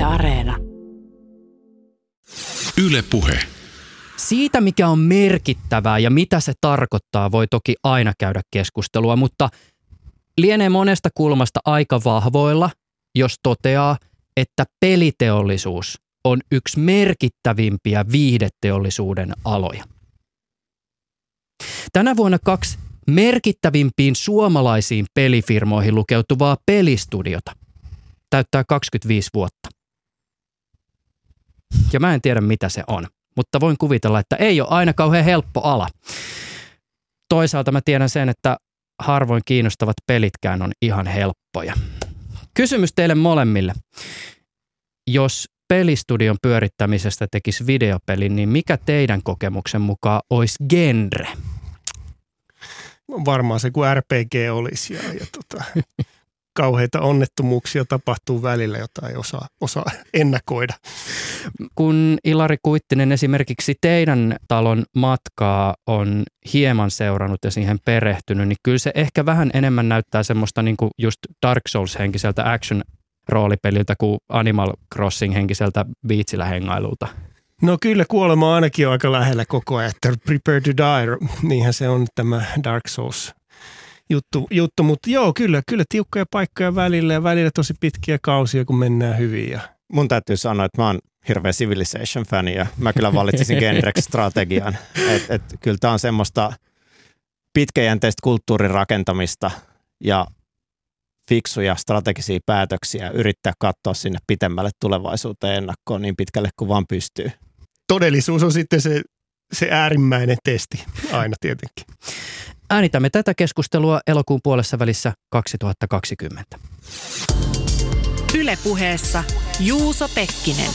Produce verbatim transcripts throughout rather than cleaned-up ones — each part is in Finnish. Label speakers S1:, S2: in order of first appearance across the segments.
S1: Areena.
S2: Yle Puhe.
S3: Siitä, mikä on merkittävää ja mitä se tarkoittaa, voi toki aina käydä keskustelua, mutta lienee monesta kulmasta aika vahvoilla, jos toteaa, että peliteollisuus on yksi merkittävimpiä viihdeteollisuuden aloja. Tänä vuonna kaksi merkittävimpiin suomalaisiin pelifirmoihin lukeutuvaa pelistudiota täyttää kaksikymmentäviisi vuotta. Ja mä en tiedä, mitä se on, mutta voin kuvitella, että ei ole aina kauhean helppo ala. Toisaalta mä tiedän sen, että harvoin kiinnostavat pelitkään on ihan helppoja. Kysymys teille molemmille. Jos pelistudion pyörittämisestä tekisi videopelin, niin mikä teidän kokemuksen mukaan olisi genre?
S4: Varmaan se kuin R P G olisi ja, ja tota, kauheita onnettomuuksia tapahtuu välillä, jota ei osaa, osaa ennakoida.
S3: Kun Ilari Kuittinen esimerkiksi teidän talon matkaa on hieman seurannut ja siihen perehtynyt, niin kyllä se ehkä vähän enemmän näyttää semmoista niin kuin just Dark Souls-henkiseltä action-roolipeliltä kuin Animal Crossing-henkiseltä biitsillä hengailulta.
S4: No kyllä kuolema ainakin on aika lähellä koko ajan, että prepare to die, niinhän se on tämä Dark Souls juttu, juttu. Mutta joo, kyllä, kyllä tiukkoja paikkoja välillä ja välillä tosi pitkiä kausia, kun mennään hyvin. Ja
S5: mun täytyy sanoa, että mä oon hirveä Civilization-fani ja mä kyllä valitsisin genrex-strategian. Että et, kyllä tää on semmoista pitkäjänteistä kulttuurin rakentamista ja fiksuja strategisia päätöksiä, yrittää katsoa sinne pitemmälle tulevaisuuteen ennakkoon niin pitkälle kuin vaan pystyy.
S4: Todellisuus on sitten se, se äärimmäinen testi aina tietenkin.
S3: Äänitämme tätä keskustelua elokuun puolessa välissä kaksituhattakaksikymmentä.
S1: Yle Puheessa Juuso Pekkinen.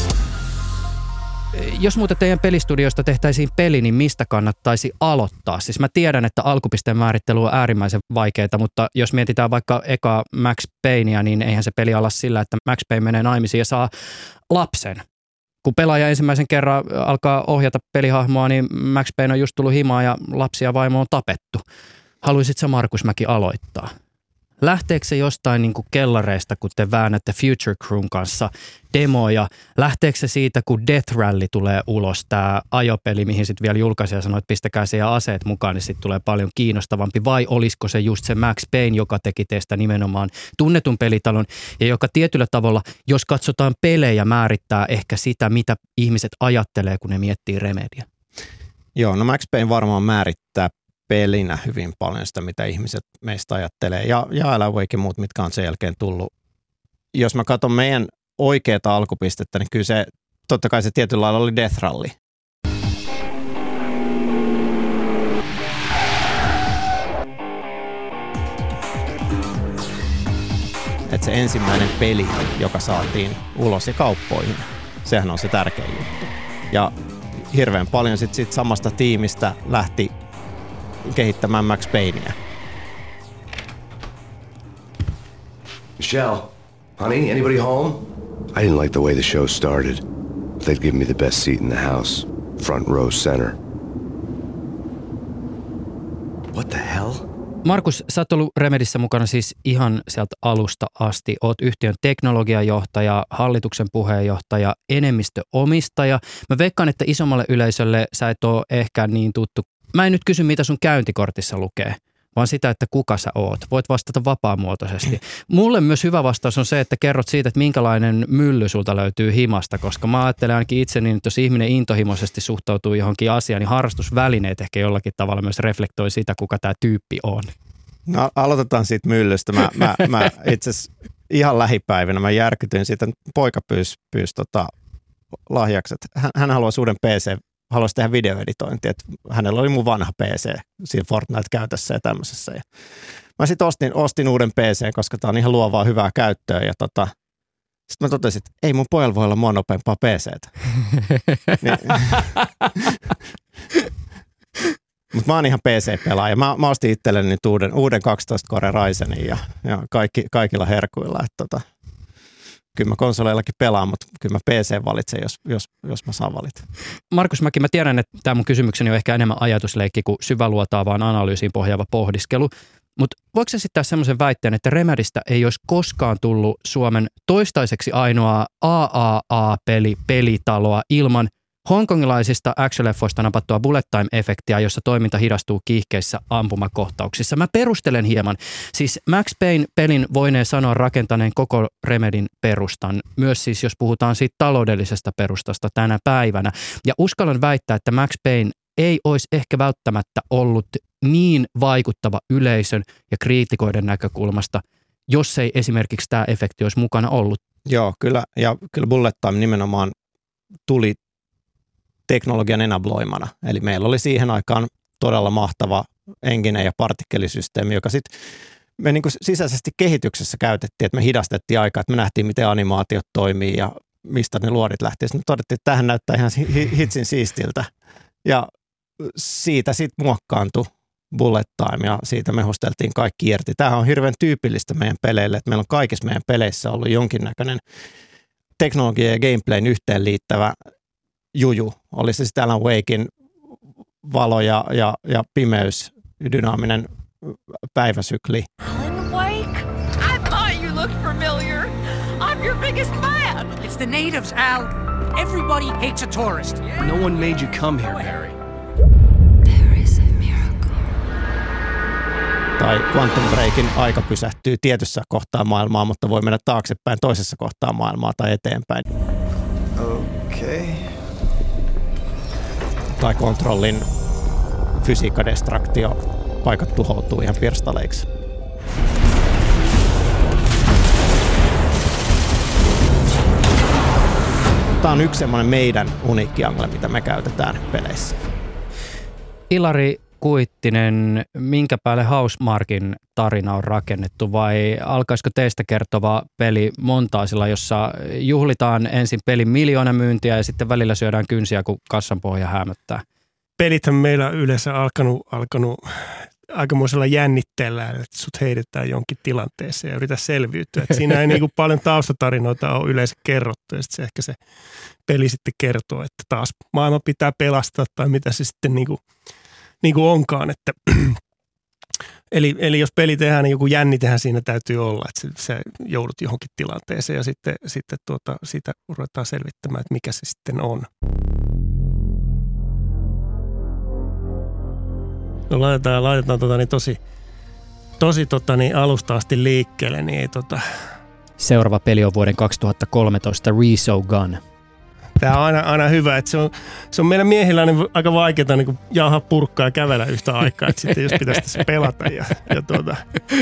S3: Jos muuten teidän pelistudiosta tehtäisiin peli, niin mistä kannattaisi aloittaa? Siis mä tiedän, että alkupisteen määrittely on äärimmäisen vaikeaa, mutta jos mietitään vaikka eka Max Paynea, niin eihän se peli ala sillä, että Max Payne menee naimisiin ja saa lapsen. Kun pelaaja ensimmäisen kerran alkaa ohjata pelihahmoa, niin Max Payne on just tullut himaan ja lapsi ja vaimo on tapettu. Haluaisitko sä, Markus Mäki, aloittaa? Lähteekö se jostain niin kuin kellareista, kun te väännätte Future Crewn kanssa demoja? Lähteekö se siitä, kun Death Rally tulee ulos, tämä ajopeli, mihin sitten vielä julkaisija sanoi, että pistäkää siihen aseet mukaan, niin sitten tulee paljon kiinnostavampi? Vai olisiko se just se Max Payne, joka teki teistä nimenomaan tunnetun pelitalon ja joka tietyllä tavalla, jos katsotaan pelejä, määrittää ehkä sitä, mitä ihmiset ajattelee, kun ne miettii Remedyä?
S5: Joo, no Max Payne varmaan määrittää pelinä hyvin paljon sitä, mitä ihmiset meistä ajattelee. Ja, ja Alan Wake ja muut, mitkä on sen jälkeen tullut. Jos mä katson meidän oikeata alkupistettä, niin kyllä se, totta kai se tietyllä lailla oli Death Rally. Että se ensimmäinen peli, joka saatiin ulos ja kauppoihin, sehän on se tärkein juttu. Ja hirveän paljon sit, sit samasta tiimistä lähti kehittämään Max Paynea.
S6: Michelle, honey, anybody home? I didn't like the way the show started. They'd give me the best seat in the house, front row center. What the hell?
S3: Markus, sä oot ollut Remedyssä mukana siis ihan sieltä alusta asti. Oot yhtiön teknologiajohtaja, hallituksen puheenjohtaja, enemmistöomistaja. Mä veikkaan, että isommalle yleisölle sä et ole ehkä niin tuttu. Mä en nyt kysy, mitä sun käyntikortissa lukee, vaan sitä, että kuka sä oot. Voit vastata vapaamuotoisesti. Mulle myös hyvä vastaus on se, että kerrot siitä, että minkälainen mylly sulta löytyy himasta, koska mä ajattelen ainakin itse niin, että jos ihminen intohimoisesti suhtautuu johonkin asiaan, niin harrastusvälineet ehkä jollakin tavalla myös reflektoi sitä, kuka tämä tyyppi on.
S5: No aloitetaan siitä myllystä. Mä, mä, mä itse asiassa ihan lähipäivinä mä järkytyin siitä, että poika pyysi, pyysi tota lahjaksi, että hän, hän haluaa uuden P C, haluaisi tehdä videoeditointia, että hänellä oli mun vanha P C siinä Fortnite-käytössä ja tämmöisessä. Ja mä sitten ostin, ostin uuden P C, koska tää on ihan luovaa hyvää käyttöä. Ja tota, sitten mä totesin, että ei mun pojalla voi olla mua nopeampaa P C:tä. niin. Mutta mä oon ihan P C-pelaaja. Mä, mä ostin itselleni nyt uuden, uuden kaksitoista Core Ryzenin ja, ja kaikki, kaikilla herkuilla. Että tota, kyllä mä konsoleillakin pelaan, mutta kyllä mä P C valitsen, jos, jos, jos mä saan valita.
S3: Markus Mäki, mä tiedän, että tämä mun kysymykseni on ehkä enemmän ajatusleikki kuin syväluotaavaan analyysiin pohjaava pohdiskelu. Mutta voiko esittää semmoisen väitteen, että Remedystä ei olisi koskaan tullut Suomen toistaiseksi ainoa triple A-peli, pelitaloa ilman hongkongilaisista action-leffoista napattua bullet time-efektiä, jossa toiminta hidastuu kiihkeissä ampumakohtauksissa. Mä perustelen hieman. Siis Max Payne-pelin voinee sanoa rakentaneen koko Remedyn perustan, myös siis jos puhutaan siitä taloudellisesta perustasta tänä päivänä. Ja uskallan väittää, että Max Payne ei olisi ehkä välttämättä ollut niin vaikuttava yleisön ja kriitikoiden näkökulmasta, jos ei esimerkiksi tämä efekti olisi mukana ollut.
S5: Joo, kyllä. Ja kyllä bullet time nimenomaan tuli teknologian enabloimana. Eli meillä oli siihen aikaan todella mahtava engine ja partikkelisysteemi, joka sitten me niin kuin sisäisesti kehityksessä käytettiin, että me hidastettiin aikaa, että me nähtiin, miten animaatiot toimii ja mistä ne luodit lähti. Sitten me todettiin, että tähän näyttää ihan hitsin siistiltä. Ja siitä sitten muokkaantui bullet time ja siitä me hosteltiin kaikki irti. Tämähän on hirveän tyypillistä meidän peleille, että meillä on kaikissa meidän peleissä ollut jonkinnäköinen teknologia ja gameplayn yhteenliittävä juju. Oli se sitten Alan Wakein valo ja, ja, ja pimeys, dynaaminen päiväsykli.
S2: Alan Wake? I thought you looked familiar. I'm your biggest fan.
S7: It's the natives, Al. Everybody hates a tourist.
S8: No one made you come here, Barry.
S2: There is a miracle.
S5: Tai Quantum Breakin aika pysähtyy tietyssä kohtaa maailmaa, mutta voi mennä taaksepäin toisessa kohtaa maailmaa tai eteenpäin.
S8: Okay.
S5: Tai Controlin fysiikkadestraktio, paikat tuhoutuu ihan pirstaleiksi. Tämä on yksi semmoinen meidän uniikki angle, mitä me käytetään peleissä.
S3: Ilari Kuittinen, minkä päälle Housemarquin tarina on rakennettu vai alkaisiko teistä kertova peli montaasilla, jossa juhlitaan ensin pelin miljoona myyntiä ja sitten välillä syödään kynsiä, kun kassan pohja hämöttää?
S4: Pelithän meillä on yleensä alkanut, alkanut aikamoisella jännitteellä, että sut heitetään jonkin tilanteeseen ja yritä selviytyä. Et siinä ei niin kuin paljon taustatarinoita ole yleensä kerrottu ja sitten se ehkä se peli sitten kertoo, että taas maailma pitää pelastaa tai mitä se sitten niin kuin, niin kuin onkaan. Että eli, eli jos peli tehdään, niin joku jännitehän siinä täytyy olla, että sä joudut johonkin tilanteeseen ja sitten, sitten tuota, siitä ruvetaan selvittämään, että mikä se sitten on. No laitetaan, laitetaan tota, niin tosi, tosi tota, niin alusta asti liikkeelle, niin ei tota...
S3: Seuraava peli on vuoden kaksituhattakolmetoista Resogun.
S4: Tämä on aina, aina hyvä, että se on, se on meillä miehillä niin aika vaikeaa niin jauhaa purkkaa ja kävellä yhtä aikaa, että sitten jos pitäisi tässä pelata ja, ja tuota...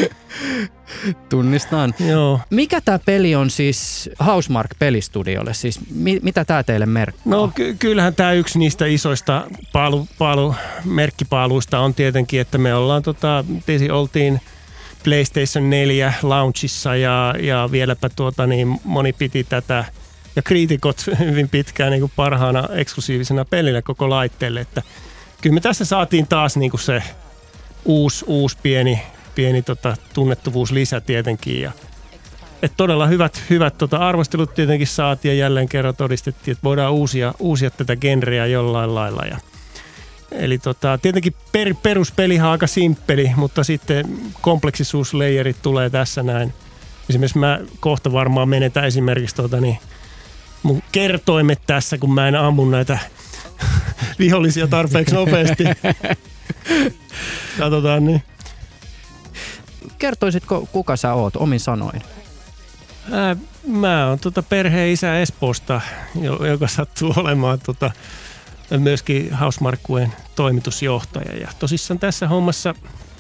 S3: Tunnistan.
S4: Joo.
S3: Mikä tämä peli on siis Housemarque-pelistudiolle? Siis mi- mitä tämä teille merkkaa?
S4: No ky- kyllähän tämä yksi niistä isoista paalu, paalu, merkkipaaluista on tietenkin, että me ollaan tota, tietysti oltiin PlayStation neljä launchissa ja, ja vieläpä tuota, niin moni piti tätä ja kriitikot hyvin pitkään niin kuin parhaana eksklusiivisena pelillä koko laitteelle, että kyllä me tässä saatiin taas niin kuin se uusi, uusi pieni, pieni tota, tunnettuvuuslisä tietenkin ja et todella hyvät, hyvät tota, arvostelut tietenkin saatiin ja jälleen kerran todistettiin, että voidaan uusia, uusia tätä genreä jollain lailla. Ja, eli tota, tietenkin per, peruspelihan on aika simppeli, mutta sitten kompleksisuusleijerit tulee tässä näin. Esimerkiksi mä kohta varmaan menetän esimerkiksi tota, niin, mun kertoimet tässä, kun mä en ammu näitä vihollisia tarpeeksi nopeasti. Katsotaan niin.
S3: Kertoisitko, kuka sä oot omin sanoin?
S4: Ää, mä oon tota perheen isä Espoosta, joka sattuu olemaan tota, myöskin Housemarquen toimitusjohtaja. Ja tosissaan tässä hommassa,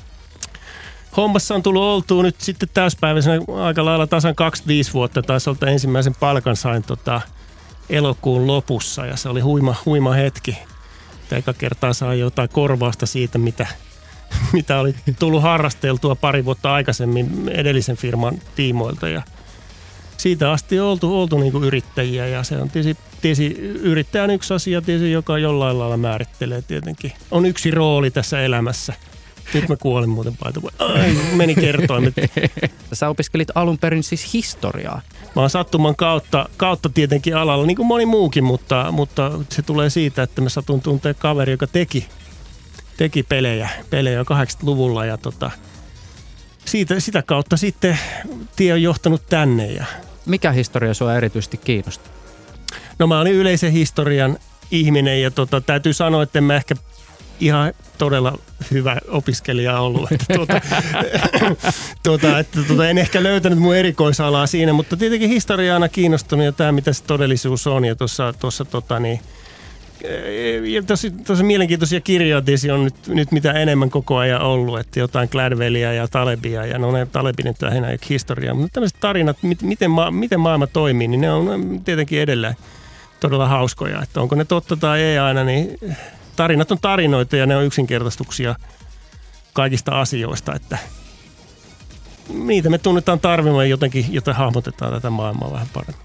S4: hommassa on tullut oltua nyt sitten täyspäiväisenä aika lailla tasan kaksikymmentäviisi vuotta. Taisi olla ensimmäisen palkan sain tota, elokuun lopussa ja se oli huima, huima hetki. Eka kertaa sai jotain korvausta siitä, mitä, mitä oli tullut harrasteltua pari vuotta aikaisemmin edellisen firman tiimoilta. Ja siitä asti on oltu, oltu niin kuin yrittäjiä ja se on tietysti, tietysti yrittäjän yksi asia, tietysti, joka jollain lailla määrittelee tietenkin. On yksi rooli tässä elämässä. Nyt mä kuolin muuten paita. Ai, meni kertoimet.
S3: Sä opiskelit alun perin siis historiaa.
S4: Mä oon sattuman kautta, kautta tietenkin alalla, niin kuin moni muukin, mutta, mutta se tulee siitä, että mä satun tuntea kaveri, joka teki, teki pelejä, pelejä kahdeksankymmentäluvulla ja tota, siitä, sitä kautta sitten tie on johtanut tänne. Ja
S3: Mikä historia sua erityisesti kiinnostaa?
S4: no mä olin yleisen historian ihminen ja tota, täytyy sanoa, että en mä ehkä ihan todella hyvä opiskelija ollut. Että, tuota, tuota, että tuota, en ehkä löytänyt mun erikoisalaa siinä, mutta tietenkin historia on aina kiinnostunut ja tämä, mitä se todellisuus on. Ja tuossa, tuossa tota, niin, ja tosi, tosi mielenkiintoisia kirjoja on nyt, nyt mitä enemmän koko ajan ollut, että jotain Gladwellia ja Talebia, ja no ne Talebin nyt lähinnä historiaa, mutta tämmöiset tarinat, miten, ma, miten maailma toimii, niin ne on tietenkin edelleen todella hauskoja, että onko ne totta tai ei aina, niin tarinat on tarinoita ja ne on yksinkertaistuksia kaikista asioista, että niitä me tunnetaan tarvimaan jotenkin, joten hahmotetaan tätä maailmaa vähän paremmin.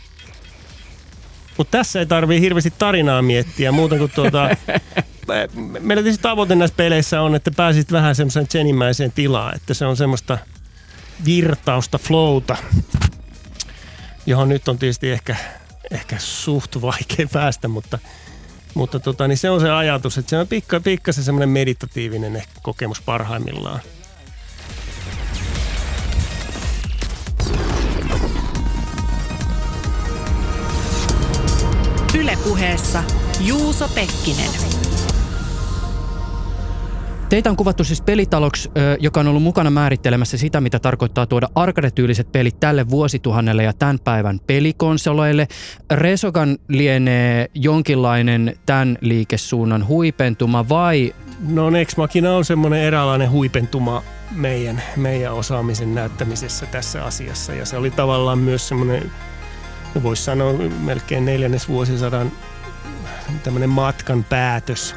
S4: Mutta tässä ei tarvii hirveästi tarinaa miettiä, muuten kuin tuota, meillä tietysti tavoite näissä peleissä on, että pääsisit vähän semmoiseen Jenimäiseen tilaan, että se on semmoista virtausta, flowta, johon nyt on tietysti ehkä, ehkä suht vaikea päästä, mutta, mutta tota, niin se on se ajatus, että se on pikka, pikkasen semmoinen meditatiivinen ehkä kokemus parhaimmillaan.
S1: Yle Puheessa Juuso Pekkinen.
S3: Teitä on kuvattu siis pelitaloksi, joka on ollut mukana määrittelemässä sitä, mitä tarkoittaa tuoda arcade-tyyliset pelit tälle vuosituhannelle ja tämän päivän pelikonsoleille. Resogun lienee jonkinlainen tämän liikesuunnan huipentuma vai? No
S4: Nex Machina on semmoinen eräänlainen huipentuma meidän, meidän osaamisen näyttämisessä tässä asiassa. Ja se oli tavallaan myös semmoinen, voisi sanoa melkein neljännes vuosisadan tämmöinen matkan päätös.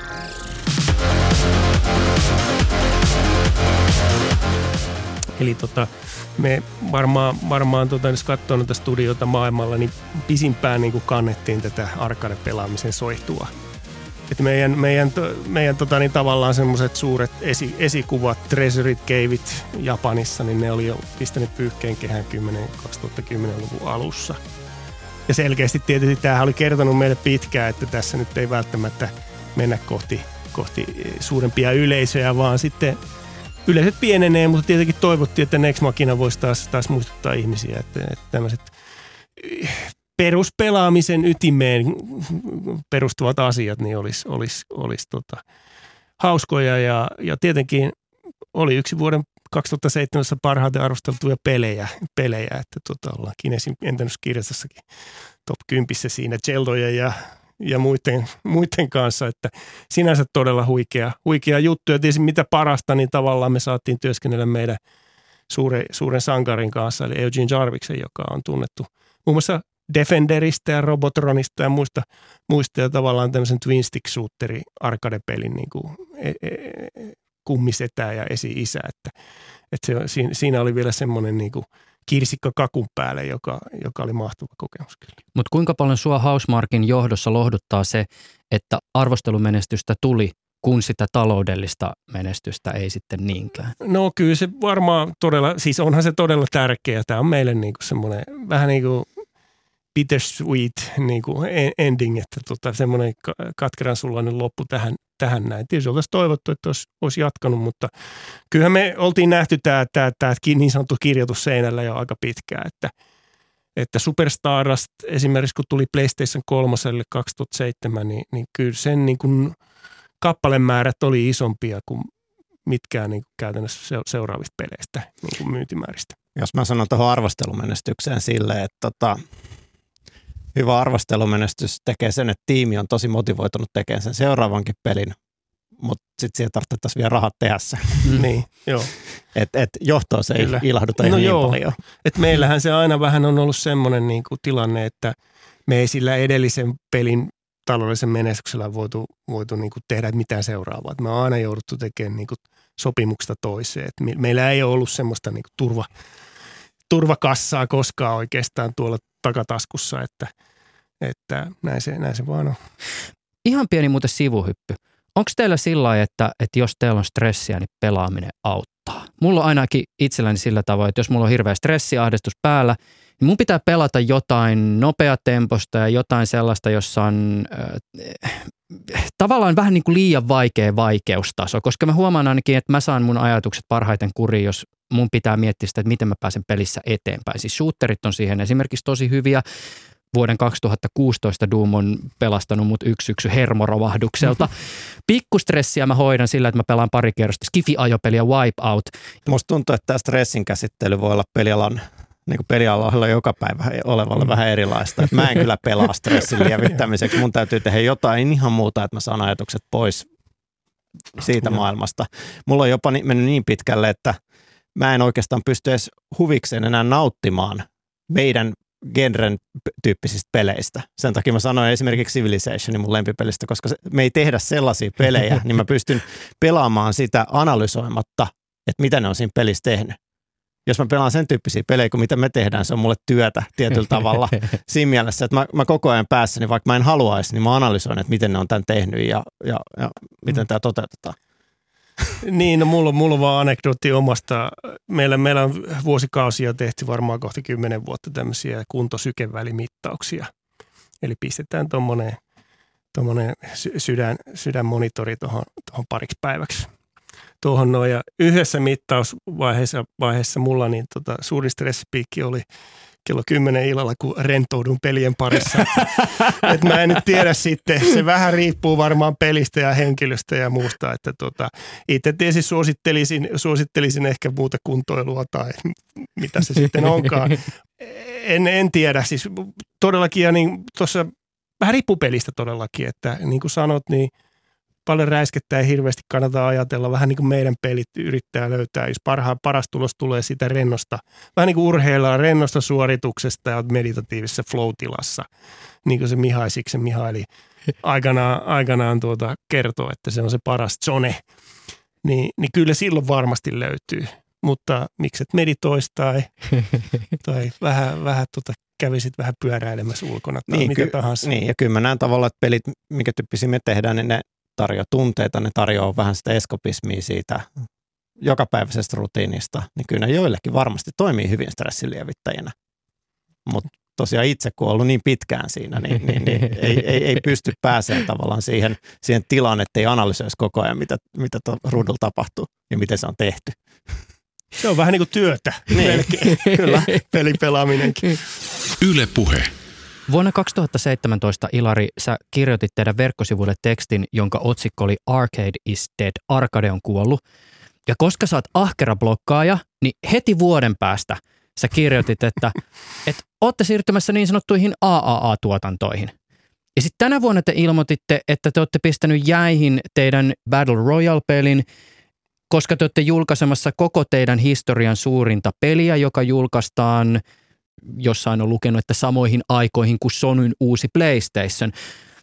S4: Eli tota, me varmaan, varmaan tota, jos katsoo noita studioita maailmalla, niin pisimpään niin kuin kannettiin tätä arcade-pelaamisen soihtua. Et meidän meidän, meidän tota, niin tavallaan semmoiset suuret esi, esikuvat, Treasury Caveit Japanissa, niin ne oli jo pistäneet pyyhkeen kehään kaksituhattakymmenluvun alussa. Ja selkeästi tietysti tämähän oli kertonut meille pitkään, että tässä nyt ei välttämättä mennä kohti, kohti suurempia yleisöjä, vaan sitten yleisöt pienenee, mutta tietenkin toivottiin, että Nex Machina voisi taas, taas muistuttaa ihmisiä, että, että tämmöiset peruspelaamisen ytimeen perustuvat asiat niin olisi, olisi, olisi tota, hauskoja ja, ja tietenkin oli yksi vuoden kaksituhattaseitsemäntoista parhaiten arvosteltuja pelejä, pelejä että tota, ollaan Guinnessin ennätyskirjassakin top kympissä siinä Zeldoja ja, ja muiden, muiden kanssa, että sinänsä todella huikea, huikea juttu. Ja tietysti mitä parasta, niin tavallaan me saatiin työskennellä meidän suure, suuren sankarin kanssa, eli Eugene Jarviksen, joka on tunnettu muun muassa Defenderistä ja Robotronista ja muista, muista ja tavallaan tämmöisen twin stick shooteri arcade-pelin niin kuin e, e, kummisetä ja esi-isä, että, että se, siinä, siinä oli vielä semmoinen niin kuin kirsikka kakun päälle, joka, joka oli mahtava kokemus kyllä.
S3: Mutta kuinka paljon sua Housemarquin johdossa lohduttaa se, että arvostelumenestystä tuli, kun sitä taloudellista menestystä ei sitten niinkään?
S4: No kyllä se varmaan todella, siis onhan se todella tärkeä. Tämä on meille niin kuin semmoinen vähän niin kuin bittersweet niin kuin ending, että tota, semmoinen katkeran sullainen loppu tähän, tähän näin. Tietysti oltaisiin toivottu, että olisi, olisi jatkanut, mutta kyllähän me oltiin nähty tämä, tämä, tämä niin sanottu kirjoitus seinällä jo aika pitkään, että, että Super Stardust esimerkiksi kun tuli PlayStation kolmoselle kaksituhattaseitsemän, niin, niin kyllä sen niin kuin kappalemäärät oli isompia kuin mitkään niin kuin käytännössä seuraavista peleistä niin kuin myyntimääristä.
S5: Jos mä sanon tuohon arvostelumenestykseen silleen, että tota, hyvä arvostelumenestys tekee sen, että tiimi on tosi motivoitunut tekemään sen seuraavankin pelin, mutta sitten siihen tarvittaisiin vielä rahat tehdä se.
S4: Mm. Niin, joo.
S5: Että et johtoon se
S4: Kyllä.
S5: ei ilahduta
S4: no
S5: ihan
S4: joo.
S5: niin paljon.
S4: Et meillähän se aina vähän on ollut semmoinen niin kuin tilanne, että me ei sillä edellisen pelin taloudellisen menestyksellä voitu, voitu niin kuin tehdä mitään seuraavaa. Et me on aina jouduttu tekemään niin kuin sopimuksesta toiseen. Et meillä ei ole ollut semmoista niin kuin turva, turvakassaa koskaan oikeastaan tuolla takataskussa, että, että näin, se, näin se vaan on.
S3: Ihan pieni muuten sivuhyppy. Onko teillä sillä lailla, että, että jos teillä on stressiä, niin pelaaminen auttaa? Mulla on ainakin itselläni sillä tavoin, että jos mulla on hirveä stressiahdistus päällä, niin mun pitää pelata jotain nopeatemposta ja jotain sellaista, jossa on äh, tavallaan vähän niin kuin liian vaikea vaikeustaso, koska mä huomaan ainakin, että mä saan mun ajatukset parhaiten kuriin, jos mun pitää miettiä sitä, että miten mä pääsen pelissä eteenpäin. Siis shooterit on siihen esimerkiksi tosi hyviä. Vuoden kaksituhattakuusitoista Doom on pelastanut mut yksi syksy hermorovahdukselta. Pikkustressiä mä hoidan sillä, että mä pelaan pari kierrosta Skifi-ajopeliä Wipeout.
S5: Musta tuntuu, että tämä stressin käsittely voi olla pelialan, niin kuin pelialalla joka päivä olevalle mm. vähän erilaista. Et mä en kyllä pelaa stressin lievittämiseksi. Mun täytyy tehdä jotain ihan muuta, että mä saan ajatukset pois siitä mm. maailmasta. Mulla on jopa mennyt niin pitkälle, että mä en oikeastaan pysty edes huvikseen enää nauttimaan meidän genren tyyppisistä peleistä. Sen takia mä sanoin esimerkiksi Civilizationin mun lempipelistä, koska me ei tehdä sellaisia pelejä, niin mä pystyn pelaamaan sitä analysoimatta, että mitä ne on siinä pelissä tehnyt. Jos mä pelaan sen tyyppisiä pelejä kuin mitä me tehdään, se on mulle työtä tietyllä tavalla siinä mielessä, että mä, mä koko ajan päässäni, vaikka mä en haluaisi, niin mä analysoin, että miten ne on tämän tehnyt ja, ja, ja miten tämä toteutetaan.
S4: Niin, no mulla, mulla on vaan anekdootti omasta. Meillä, meillä on vuosikausia tehty varmaan kohta kymmenen vuotta tämmöisiä kunto-sykevälimittauksia. Eli pistetään tuommoinen tommonen sydän, sydänmonitori tuohon pariksi päiväksi. Tuohon noin. Ja yhdessä mittausvaiheessa vaiheessa mulla niin tota, suuri stressipiikki oli kello kymmenen illalla, kun rentoudun pelien parissa. Et mä en nyt tiedä sitten, se vähän riippuu varmaan pelistä ja henkilöstä ja muusta, että tota, itse tietysti suosittelisin, suosittelisin ehkä muuta kuntoilua tai mitä se sitten onkaan. En, en tiedä, siis todellakin ja niin tuossa vähän riippuu pelistä todellakin, että niin kuin sanot, niin paljon räiskettä ei hirveästi kannata ajatella. Vähän niin kuin meidän pelit yrittää löytää, jos parhaan, paras tulos tulee siitä rennosta. Vähän niin kuin urheillaan rennosta suorituksesta ja meditatiivisessa flow-tilassa. Niin kuin se Mihai Siksen Mihaili aikanaan, aikanaan tuota kertoo, että se on se paras zone. Niin, niin kyllä silloin varmasti löytyy. Mutta mikset meditoisi tai, tai vähän, vähän tota, kävisit vähän pyöräilemässä ulkona tai
S5: niin,
S4: mitä
S5: ky-
S4: tahansa.
S5: Niin, ja kyllä mä näen tavallaan, että pelit, minkä tyyppisiä me tehdään, niin ne tarjoaa tunteita, ne tarjoaa vähän sitä eskopismia siitä jokapäiväisestä rutiinista, niin kyllä ne joillekin varmasti toimii hyvin stressilievittäjänä. Mutta tosiaan itse, kun on ollut niin pitkään siinä, niin, niin, niin ei, ei, ei pysty pääsemään tavallaan siihen, siihen tilaan, että ei analysoisi koko ajan, mitä, mitä ruudulla tapahtuu ja miten se on tehty.
S4: Se on vähän niin kuin työtä,
S5: niin,
S4: kyllä, pelipelaaminenkin.
S9: Yle Puhe.
S3: Vuonna kaksituhattaseitsemäntoista, Ilari, sä kirjoitit teidän verkkosivuille tekstin, jonka otsikko oli Arcade is dead, arcade on kuollut. Ja koska sä oot ahkera blokkaaja, niin heti vuoden päästä sä kirjoitit, että, että ootte siirtymässä niin sanottuihin A A A-tuotantoihin. Ja sitten tänä vuonna te ilmoititte, että te olette pistänyt jäihin teidän Battle Royale-pelin, koska te olette julkaisemassa koko teidän historian suurinta peliä, joka julkaistaan, jossain on lukenut, että samoihin aikoihin kuin Sonyn uusi PlayStation.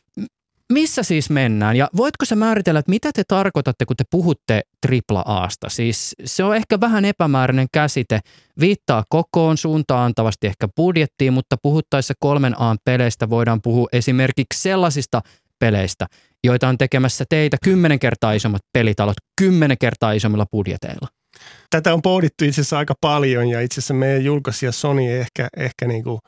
S3: Missä siis mennään? Ja voitko sä määritellä, että mitä te tarkoitatte, kun te puhutte tripla A:sta? Siis se on ehkä vähän epämääräinen käsite, viittaa kokoon, suuntaan antavasti ehkä budjettiin, mutta puhuttaessa kolmen A:n peleistä voidaan puhua esimerkiksi sellaisista peleistä, joita on tekemässä teitä kymmenen kertaa isommat pelitalot, kymmenen kertaa isommilla budjeteilla.
S4: Tätä on pohdittu itse asiassa aika paljon ja itse asiassa meidän julkaisija Sony ei ehkä, ehkä niin kuin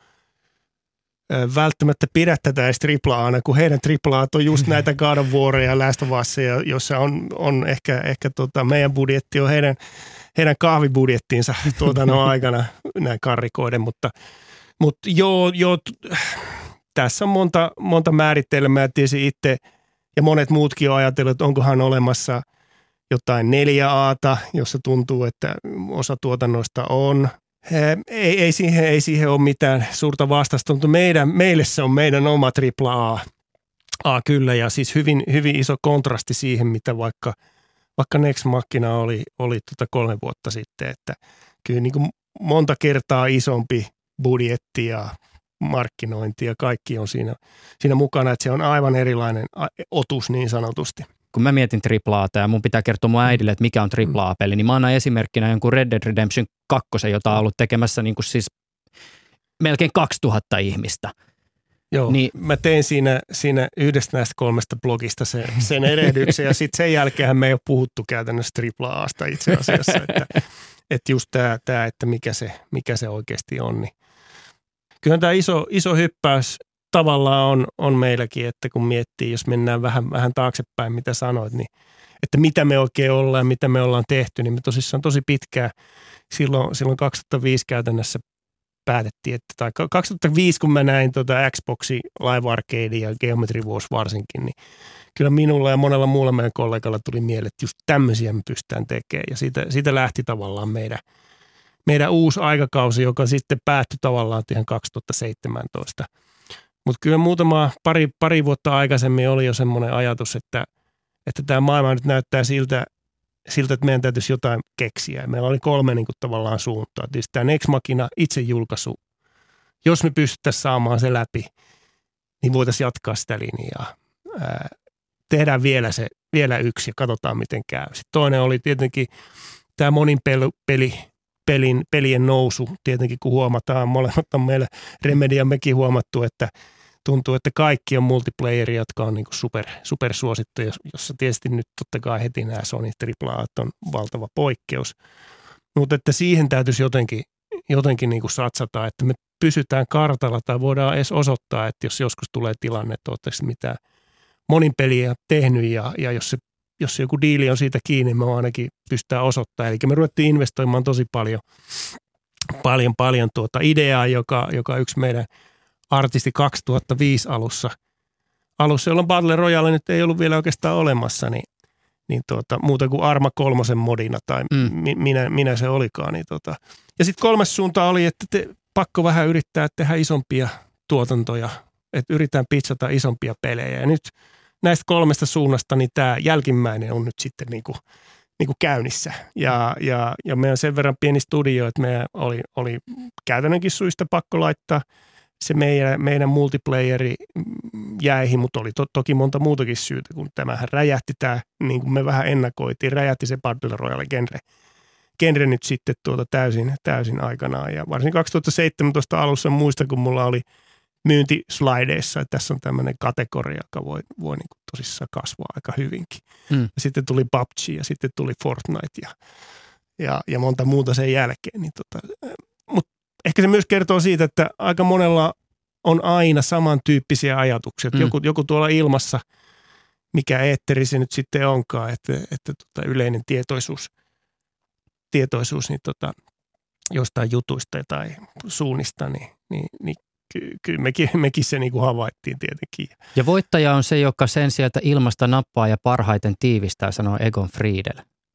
S4: välttämättä pidä tätä edes tripla-aana, kun heidän tripla-aat on just näitä God of War ja Last of Us, jossa on, on ehkä, ehkä tota meidän budjetti on heidän, heidän kahvibudjettiinsa tuotannon aikana näin karrikoiden, mutta, mutta joo, joo, tässä on monta, monta määritelmää, tietysti itse ja monet muutkin on ajatellut, että onkohan olemassa jotain neljä A:ta, jossa tuntuu, että osa tuotannoista on. Ei, ei, siihen, ei siihen ole mitään suurta vastausta, mutta meidän, meille se on meidän oma tripla A. A kyllä, ja siis hyvin, hyvin iso kontrasti siihen, mitä vaikka, vaikka Next Machina oli, oli tuota kolme vuotta sitten. Että kyllä niin kuin monta kertaa isompi budjetti ja markkinointi ja kaikki on siinä, siinä mukana, että se on aivan erilainen otus niin sanotusti.
S3: Kun mä mietin tripla A:ta ja mun pitää kertoa mun äidille, että mikä on tripla A-peli, niin mä annan esimerkkinä jonkun Red Dead Redemption kaksi, jota on ollut tekemässä niin kuin siis melkein kaksituhatta ihmistä.
S4: Joo,
S3: niin,
S4: mä tein siinä, siinä yhdestä näistä kolmesta blogista sen, sen erehdyksen ja sitten sen jälkeen me ei ole puhuttu käytännössä tripla A:sta itse asiassa, että, että just tämä, tämä että mikä se, mikä se oikeasti on. Niin. Kyllähän tämä iso, iso hyppäys tavallaan on, on meilläkin, että kun miettii, jos mennään vähän, vähän taaksepäin, mitä sanoit, niin että mitä me oikein ollaan, mitä me ollaan tehty, niin me tosissaan tosi pitkään silloin, silloin kaksituhattaviisi käytännössä päätettiin, että, tai kaksituhattaviisi kun mä näin tuota Xboxi Live Arcade ja Geometry Wars varsinkin, niin kyllä minulla ja monella muulla meidän kollegalla tuli mieleen, että just tämmöisiä me pystytään tekemään. Ja siitä, siitä lähti tavallaan meidän, meidän uusi aikakausi, joka sitten päättyi tavallaan ihan kaksituhattaseitsemäntoista. Mutta kyllä muutama pari, pari vuotta aikaisemmin oli jo semmoinen ajatus, että, että tämä maailma nyt näyttää siltä, siltä, että meidän täytyisi jotain keksiä. Meillä oli kolme niin kuin tavallaan suuntaa. Tietysti tämä Nex Machina itse julkaisu, jos me pystyttäisiin saamaan se läpi, niin voitaisiin jatkaa sitä linjaa. Ää, tehdään vielä se, vielä yksi ja katsotaan miten käy. Sitten toinen oli tietenkin tämä monin peli, pelin, pelien nousu. Tietenkin kun huomataan, molemmat on meillä Remedia mekin huomattu, että tuntuu, että kaikki on multiplayeria, jotka on niin kuin super, super suosittuja, jossa tietysti nyt totta kai heti nämä Sony triple A on valtava poikkeus. Mutta että siihen täytyisi jotenkin, jotenkin niin kuin satsata, että me pysytään kartalla tai voidaan edes osoittaa, että jos joskus tulee tilanne, että olettaisiin mitään monin peliä tehnyt ja, ja jos, se, jos se joku diili on siitä kiinni, me ainakin pystytään osoittamaan. Eli me ruvettiin investoimaan tosi paljon, paljon, paljon tuota ideaa, joka, joka yksi meidän artisti kaksituhattaviisi alussa, alussa, jolloin Battle Royale nyt ei ollut vielä oikeastaan olemassa, niin, niin tuota, muuta kuin Arma kolmosen modina tai mm. mi, minä, minä se olikaan. Niin tuota. Ja sitten kolmas suunta oli, että te, pakko vähän yrittää tehdä isompia tuotantoja, että yritetään pitsata isompia pelejä. Ja nyt näistä kolmesta suunnasta niin tämä jälkimmäinen on nyt sitten niin kuin, niin kuin käynnissä. Ja, ja, ja meidän sen verran pieni studio, että meidän oli, oli käytännönkin syistä pakko laittaa se meidän, meidän multiplayeri jäihin, mutta oli to, toki monta muutakin syytä, kun tämähän räjähti tämä, niin kuin me vähän ennakoitiin, räjähti se Battle Royale-genre genre nyt sitten tuota täysin, täysin aikanaan. Ja varsin kaksituhattaseitsemäntoista alussa muista, kun mulla oli myyntislideissa, että tässä on tämmöinen kategoria, joka voi, voi niin kuin tosissaan kasvaa aika hyvinkin. Mm. Ja sitten tuli P U B G ja sitten tuli Fortnite ja, ja, ja monta muuta sen jälkeen. Niin tota, mutta ehkä se myös kertoo siitä, että aika monella on aina samantyyppisiä ajatuksia. Mm. Joku, joku tuolla ilmassa, mikä eetteri se nyt sitten onkaan, että, että tota yleinen tietoisuus, tietoisuus niin tota, jostain jutuista tai suunnista, niin, niin, niin ky, kyllä mekin, mekin se niin kuin havaittiin tietenkin.
S3: Ja voittaja on se, joka sen sieltä ilmasta nappaa ja parhaiten tiivistää, sanoo Egon Friedel.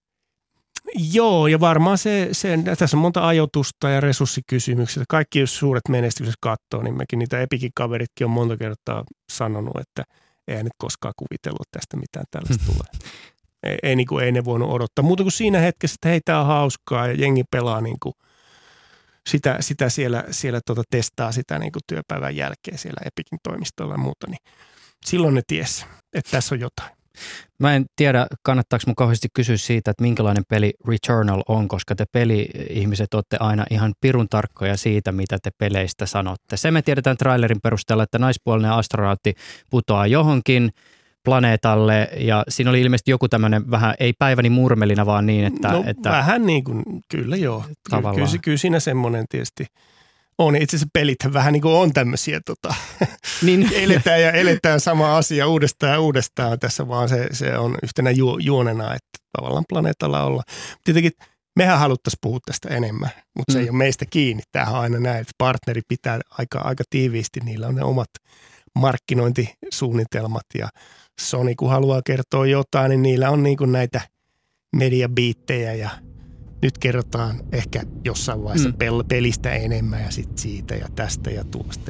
S4: Joo, ja varmaan se, se, tässä on monta ajoitusta ja resurssikysymyksiä. Kaikki jos suuret menestykset katsoo, niin mekin niitä Epikin kaveritkin on monta kertaa sanonut, että ei nyt koskaan kuvitellut tästä mitään tällaista tulee. Ei, ei, niin kuin, ei ne voinut odottaa. Muuta kuin siinä hetkessä, että hei, tää on hauskaa ja jengi pelaa niin kuin sitä, sitä siellä, siellä tota testaa sitä niin kuin työpäivän jälkeen siellä Epikin toimistolla ja muuta, niin silloin ne ties, että tässä on jotain.
S3: Mä en tiedä, kannattaako mun kauheasti kysyä siitä, että minkälainen peli Returnal on, koska te peli-ihmiset olette aina ihan pirun tarkkoja siitä, mitä te peleistä sanotte. Se me tiedetään trailerin perusteella, että naispuolinen astronautti putoaa johonkin planeetalle ja siinä oli ilmeisesti joku tämmöinen vähän, ei päiväni murmelina, vaan niin, että...
S4: No
S3: että
S4: vähän niin kuin, kyllä joo. Kyllä, kyllä, kyllä siinä semmoinen tietysti on. Itse asiassa pelit vähän niin kuin on tämmöisiä, tota, niin. eletään ja eletään sama asia uudestaan ja uudestaan. Tässä vaan se, se on yhtenä ju, juonena, että tavallaan planeetalla olla. Tietenkin mehän haluttaisiin puhua tästä enemmän, mutta se mm. ei ole meistä kiinni. Tämähän on aina näin, että partneri pitää aika, aika tiiviisti. Niillä on ne omat markkinointisuunnitelmat ja Sony kun haluaa kertoa jotain, niin niillä on niin kuin näitä mediabiittejä ja nyt kerrotaan ehkä jossain vaiheessa mm. pel- pelistä enemmän ja sitten siitä ja tästä ja tuosta.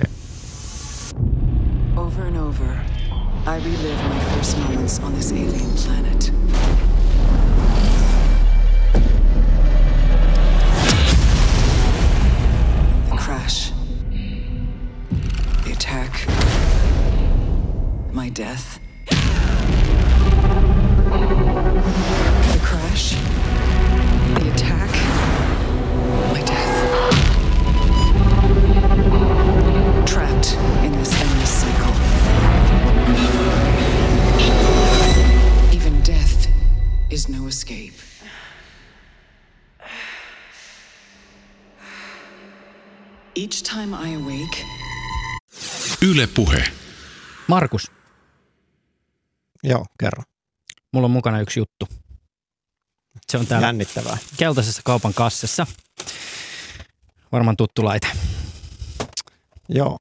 S9: Over and over, I relive my first moments on this alien planet. The crash. The attack. My death. The crash. The attack. My death. Trapped in this endless cycle. Even death is no escape. Each time I awake.
S10: Yle Puhe.
S3: Markus.
S5: Joo, kerro.
S3: mulla on mukana yksi juttu. Se on täällä
S5: Jännittävää.
S3: keltaisessa kaupan kassissa. Varmaan tuttu laite.
S5: Joo.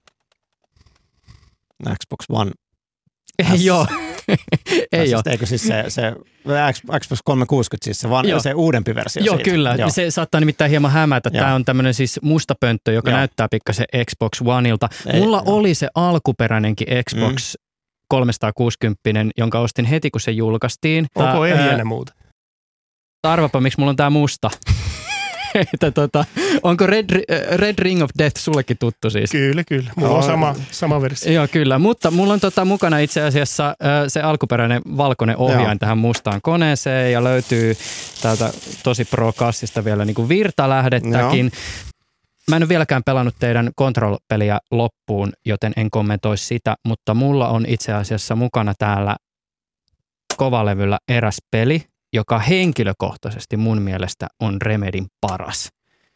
S5: Xbox One.
S3: Ei joo. Ei
S5: siis,
S3: ole.
S5: Eikö siis se, se Xbox kolmesataakuusikymmentä, siis se, van, se uudempi versio
S3: Joo,
S5: siitä?
S3: kyllä. Joo. Se saattaa nimittäin hieman hämätä.
S5: Joo.
S3: Tämä on tämmöinen siis musta pönttö, joka
S5: Joo.
S3: näyttää pikkasen Xbox Oneilta.
S5: Ei,
S3: Mulla
S5: joo.
S3: oli se alkuperäinenkin Xbox mm. kolmesataakuusikymmentä, jonka ostin heti, kun se julkaistiin.
S4: Onko
S3: Tää,
S4: ehjänä muuta?
S3: Arvapa, miksi mulla on tää musta. Että tota, onko Red, Red Ring of Death sullekin tuttu siis?
S4: Kyllä, kyllä. Mulla
S5: no,
S4: on sama, sama versio.
S3: Joo, kyllä. Mutta mulla on tota mukana itse asiassa äh, se alkuperäinen valkoinen ohjain
S5: Joo.
S3: tähän mustaan koneeseen ja löytyy täältä tosi pro-kassista vielä niin kuin virtalähdettäkin. Mä en ole vieläkään pelannut teidän Control-peliä loppuun, joten en kommentoi sitä, mutta mulla on itse asiassa mukana täällä kovalevyllä eräs peli, joka henkilökohtaisesti mun mielestä on Remedyn paras.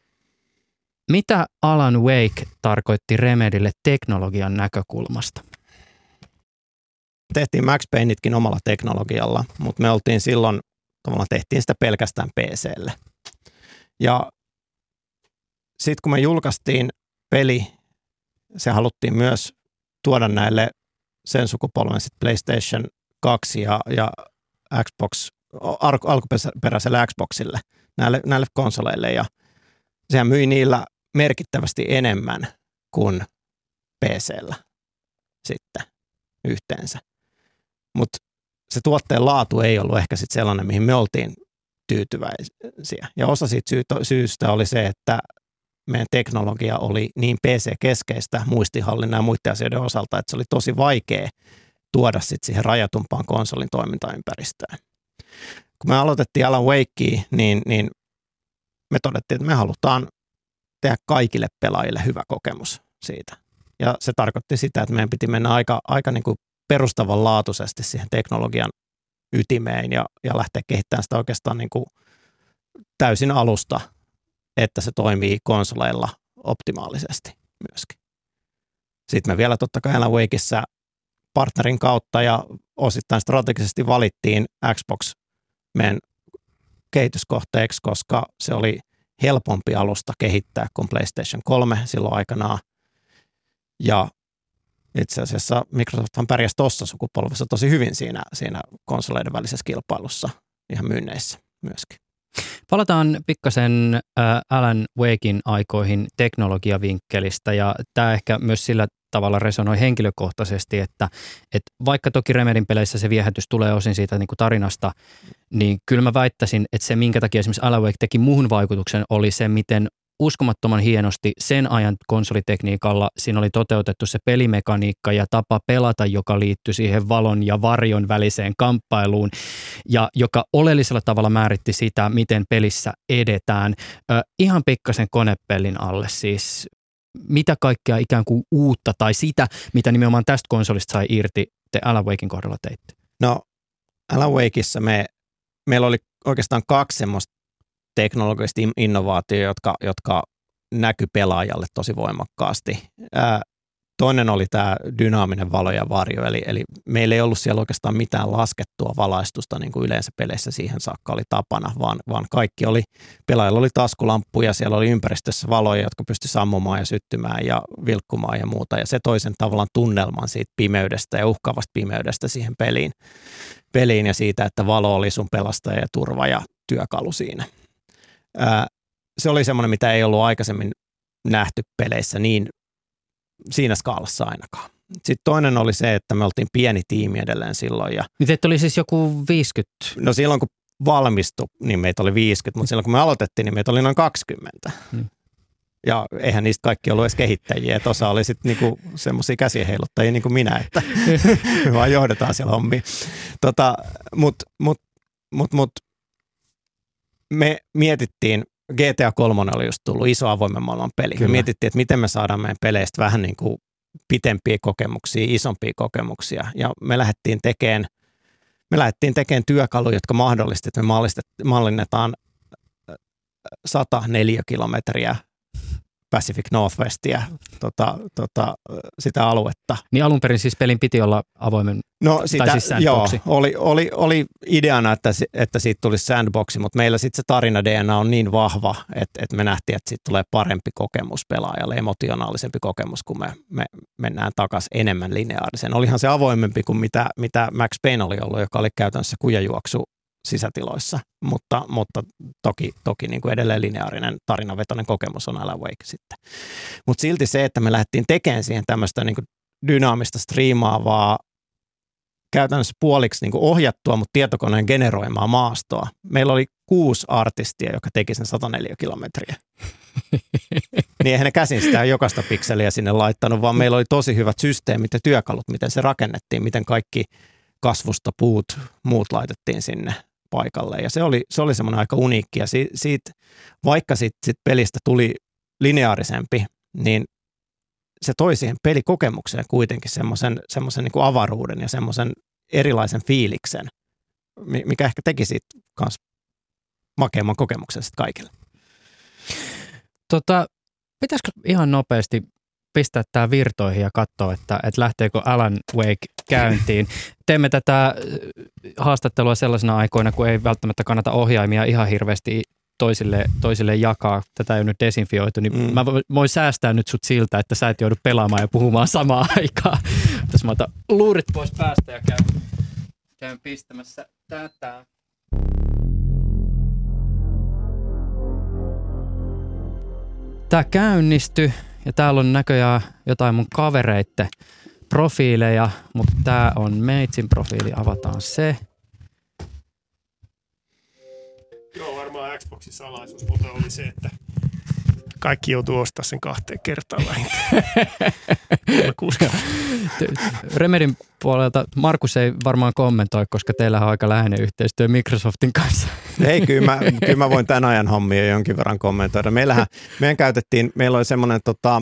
S3: Mitä Alan Wake tarkoitti Remedylle teknologian näkökulmasta?
S5: Tehtiin Max Paynitkin omalla teknologialla, mutta me oltiin silloin, tavallaan tehtiin sitä pelkästään P C:lle. Ja sitten kun me julkaistiin peli, se haluttiin myös tuoda näille sen sukupolven sit PlayStation kaksi ja, ja Xbox, alkuperäiselle Xboxille, näille, näille konsoleille. Ja sehän myi niillä merkittävästi enemmän kuin P C:llä sitten yhteensä. Mutta se tuotteen laatu ei ollut ehkä sitten sellainen, mihin me oltiin tyytyväisiä. Ja osa siitä syystä oli se, että meidän teknologia oli niin P C-keskeistä muistihallinnan ja muiden asioiden osalta, että se oli tosi vaikea tuoda sitten siihen rajatumpaan konsolin toimintaympäristöön. Kun me aloitettiin Alan Wakea, niin, niin me todettiin, että me halutaan tehdä kaikille pelaajille hyvä kokemus siitä. Ja se tarkoitti sitä, että meidän piti mennä aika, aika niin kuin perustavanlaatuisesti siihen teknologian ytimeen ja, ja lähteä kehittämään sitä oikeastaan niin kuin täysin alusta, että se toimii konsoleilla optimaalisesti myöskin. Sitten me vielä totta kai Alan Wakeissa partnerin kautta ja osittain strategisesti valittiin Xbox meidän kehityskohteeksi, koska se oli helpompi alusta kehittää kuin PlayStation kolme silloin aikanaan. Ja itse asiassa Microsofthan pärjäsi tuossa sukupolvessa tosi hyvin siinä, siinä konsoleiden välisessä kilpailussa ihan myynneissä myöskin.
S3: Palataan pikkasen äh, Alan Wakein aikoihin teknologiavinkkelistä ja tämä ehkä myös sillä tavalla resonoi henkilökohtaisesti, että, että vaikka toki Remedyn peleissä se viehätys tulee osin siitä niin kuin tarinasta, niin kyllä mä väittäisin, että se minkä takia esimerkiksi Alan Wake teki muuhun vaikutuksen oli se, miten uskomattoman hienosti sen ajan konsolitekniikalla siinä oli toteutettu se pelimekaniikka ja tapa pelata, joka liittyi siihen valon ja varjon väliseen kamppailuun ja joka oleellisella tavalla määritti sitä, miten pelissä edetään. Ö, ihan pikkasen konepellin alle siis. Mitä kaikkea ikään kuin uutta tai sitä, mitä nimenomaan tästä konsolista sai irti, te Alan Waken kohdalla teitte?
S5: No Alan Wakeissa me, meillä oli oikeastaan kaksi semmoista teknologista innovaatioita, jotka, jotka näkyi pelaajalle tosi voimakkaasti. Ää, toinen oli tämä dynaaminen valo ja varjo, eli, eli meillä ei ollut siellä oikeastaan mitään laskettua valaistusta, niin kuin yleensä peleissä siihen saakka oli tapana, vaan, vaan kaikki oli, pelaajalla oli taskulamppuja, siellä oli ympäristössä valoja, jotka pystyi sammumaan ja syttymään ja vilkkumaan ja muuta, ja se toisen tavallaan tunnelman siitä pimeydestä ja uhkaavasta pimeydestä siihen peliin, peliin ja siitä, että valo oli sun pelastaja ja turva ja työkalu siinä. Ää, se oli semmoinen, mitä ei ollut aikaisemmin nähty peleissä niin siinä skaalassa ainakaan. Sitten toinen oli se, että me oltiin pieni tiimi edelleen silloin. Ja
S3: Niin teitä oli siis joku viisikymmentä?
S5: No silloin kun valmistui, niin meitä oli viisikymmentä, mutta silloin kun me aloitettiin, niin meitä oli noin kaksikymmentä. Hmm. Ja eihän niistä kaikki ollut edes kehittäjiä, että osa oli sitten niinku semmoisia käsienheiluttajia niin kuin minä, että me vaan johdetaan siellä hommia. Tota, Mutta mut, mut, mut, me mietittiin, G T A kolme oli just tullut, iso avoimen maailman peli. Kyllä. Me mietittiin, että miten me saadaan meidän peleistä vähän niin kuin pitempiä kokemuksia, isompia kokemuksia. Ja me lähdettiin tekemään, me lähdettiin tekemään työkaluja, jotka mahdollistivat, että me mallinnetaan sata neliökilometriä Pacific Northwestia, tota, tota, sitä aluetta.
S3: Niin alun perin siis pelin piti olla avoimen,
S5: no, sitä,
S3: tai siis
S5: joo,
S3: sandboxi.
S5: oli, oli, oli ideana, että, että siitä tulisi sandboxi, mutta meillä sitten se tarina D N A on niin vahva, että, että me nähtiin, että siitä tulee parempi kokemus pelaajalle, emotionaalisempi kokemus, kun me, me mennään takaisin enemmän lineaarisen. Olihan se avoimempi kuin mitä, mitä Max Payne oli ollut, joka oli käytännössä kujajuoksu sisätiloissa, mutta, mutta toki, toki niin kuin edelleen lineaarinen tarinavetoinen kokemus on Alan Wake sitten. Mutta silti se, että me lähdettiin tekemään siihen tämmöistä niin kuin dynaamista striimaavaa, käytännössä puoliksi niin kuin ohjattua, mutta tietokoneen generoimaa maastoa. Meillä oli kuusi artistia, joka teki sen sata neljä kilometriä. Niin eihän ne käsin sitä jokaista pikseliä sinne laittanut, vaan meillä oli tosi hyvät systeemit ja työkalut, miten se rakennettiin, miten kaikki kasvusta puut, muut laitettiin sinne paikalle. Ja se oli, se oli semmoinen aika uniikki. Ja siitä, siitä, vaikka siitä, siitä pelistä tuli lineaarisempi, niin se toi siihen pelikokemukseen kuitenkin semmoisen, semmoisen niin kuin avaruuden ja semmoisen erilaisen fiiliksen, mikä ehkä teki siitä kans makeamman kokemuksen sitten kaikille.
S3: Tota, pitäisikö ihan nopeasti pistää tämä virtoihin ja katsoa, että, että lähteekö Alan Wake käyntiin. Teemme tätä haastattelua sellaisena aikoina, kun ei välttämättä kannata ohjaimia ihan hirveästi toisille, toisille jakaa. Tätä ei ole nyt desinfioitu, niin mm. mä voin säästää nyt sut siltä, että sä et joudu pelaamaan ja puhumaan samaan aikaan. Tässä mä otan luurit pois päästä ja käyn, käyn pistämässä tätä. Tää käynnistyi. Ja täällä on näköjään jotain mun kavereitte profiileja, mutta tää on Meitsin profiili, avataan se.
S4: Joo, varmaan Xboxin salaisuus mutta oli se, että kaikki joutuu ostaa sen kahteen kertaan vähintään.
S3: Remedin puolelta Markus ei varmaan kommentoi, koska teillähän on aika läheinen yhteistyö Microsoftin kanssa.
S5: Ei, kyllä mä, kyllä mä voin tämän ajan hommia jonkin verran kommentoida. Meillähän, meidän käytettiin, meillä oli semmoinen tota,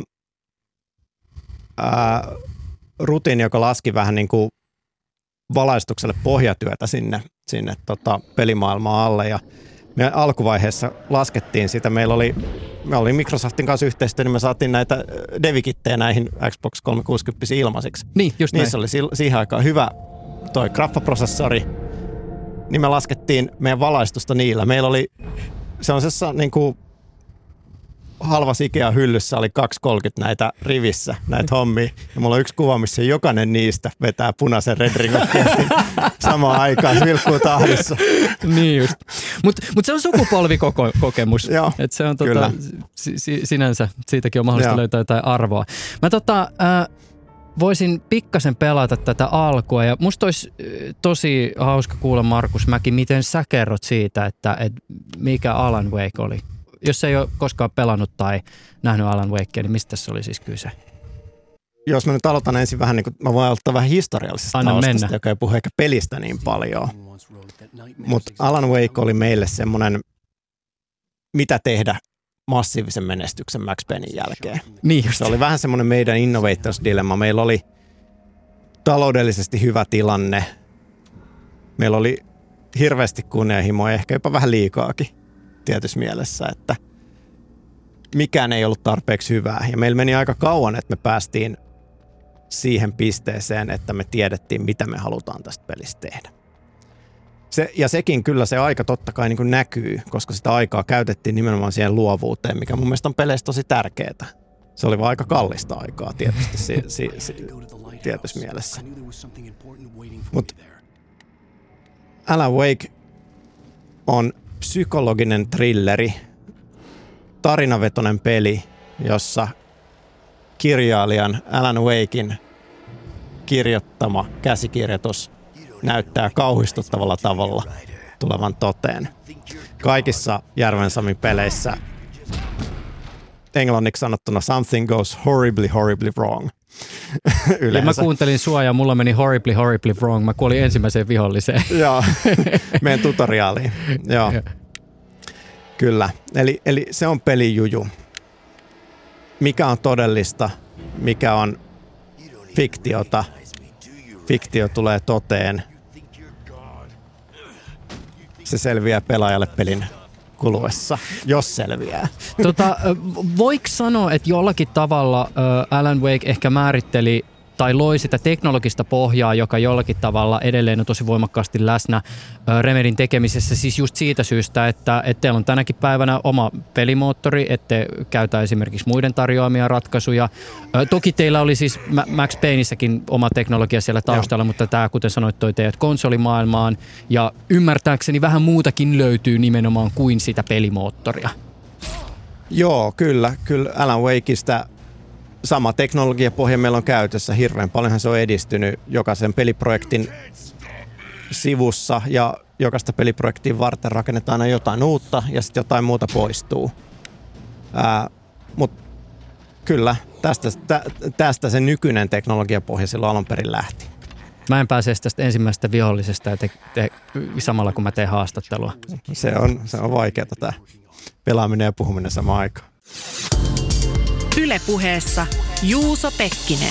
S5: ää, rutiini, joka laski vähän niin kuin valaistukselle pohjatyötä sinne, sinne tota, pelimaailmaan alle ja me alkuvaiheessa laskettiin sitä. Meillä oli, me oli Microsoftin kanssa yhteistyö, niin me saatiin näitä devikittejä näihin Xbox kolmesataakuusikymmentä ilmaisiksi.
S3: Niin, just
S5: Niissä
S3: näin.
S5: oli siihen aikaan hyvä toi graffaprosessori, niin me laskettiin meidän valaistusta niillä. Meillä oli sellaisessa niin kuin halvassa Ikea-hyllyssä oli kaksisataakolmekymmentä näitä rivissä, näitä hommia. Ja mulla on yksi kuva, missä jokainen niistä vetää punaisen Red Ring-kestin samaan aikaan, vilkkuu tahdissa.
S3: Niin just. Mutta mut se on sukupolvikokemus.
S5: Joo,
S3: että se on tota, si- sinänsä, siitäkin on mahdollista Joo. löytää jotain arvoa. Mä tota, äh, voisin pikkasen pelata tätä alkua ja musta olisi tosi hauska kuulla, Markus Mäki, miten sä kerrot siitä, että et mikä Alan Wake oli. Jos ei ole koskaan pelannut tai nähnyt Alan Wakea, niin mistä se oli siis kyse?
S5: Jos mä nyt aloitan ensin vähän, niin kuin, mä voin aloittaa vähän historiallisesta
S3: Anna
S5: taustasta,
S3: mennä.
S5: joka ei puhu ehkä pelistä niin paljon. Mutta Alan Wake oli meille semmoinen, mitä tehdä massiivisen menestyksen Max Paynein jälkeen.
S3: Niin just.
S5: Se oli vähän semmoinen meidän innovators dilemma. Meillä oli taloudellisesti hyvä tilanne. Meillä oli hirveästi kunnianhimoa, ehkä jopa vähän liikaakin tietyssä mielessä, että mikään ei ollut tarpeeksi hyvää. Ja meillä meni aika kauan, että me päästiin siihen pisteeseen, että me tiedettiin, mitä me halutaan tästä pelistä tehdä. Se, ja sekin kyllä se aika totta kai niin kuin näkyy, koska sitä aikaa käytettiin nimenomaan siihen luovuuteen, mikä mun mielestä on peleissä tosi tärkeää. Se oli vaan aika kallista aikaa tietysti si, si, si, tietyssä mielessä. Mutta Alan Wake on psykologinen thrilleri, tarinavetoinen peli, jossa kirjailijan Alan Waken kirjoittama käsikirjoitus näyttää kauhistuttavalla tavalla tulevan toteen. Kaikissa Järvensamin peleissä englanniksi sanottuna something goes horribly, horribly wrong.
S3: Ja mä kuuntelin sua ja mulla meni horribly, horribly wrong. Mä kuolin ensimmäiseen viholliseen.
S5: Joo, meidän tutoriaaliin. Joo. Kyllä. Eli, eli se on pelijuju. Mikä on todellista, mikä on fiktiota. Fiktio tulee toteen. Se selviää pelaajalle pelin kuluessa, jos selviää.
S3: Tota, voiko sanoa, että jollakin tavalla Alan Wake ehkä määritteli tai loi sitä teknologista pohjaa, joka jollakin tavalla edelleen on tosi voimakkaasti läsnä Remedyn tekemisessä. Siis just siitä syystä, että, että teillä on tänäkin päivänä oma pelimoottori, ette käytä esimerkiksi muiden tarjoamia ratkaisuja. Toki teillä oli siis Max Payneissäkin oma teknologia siellä taustalla, Joo. mutta tämä, kuten sanoit, toi teidät konsolimaailmaan. Ja ymmärtääkseni vähän muutakin löytyy nimenomaan kuin sitä pelimoottoria.
S5: Joo, kyllä. Kyllä Alan Wakeista sama teknologiapohja meillä on käytössä. Hirveän paljonhan se on edistynyt jokaisen peliprojektin sivussa ja jokaista peliprojektia varten rakennetaan aina jotain uutta ja sitten jotain muuta poistuu. Mutta kyllä, tästä, tä, tästä se nykyinen teknologiapohja silloin alun perin lähti.
S3: Mä en pääse tästä ensimmäisestä vihollisesta ja te, te, samalla kun mä teen haastattelua.
S5: Se on, se on vaikeaa tämä pelaaminen ja puhuminen samaan aikaan.
S1: Yle Puheessa Juuso Pekkinen.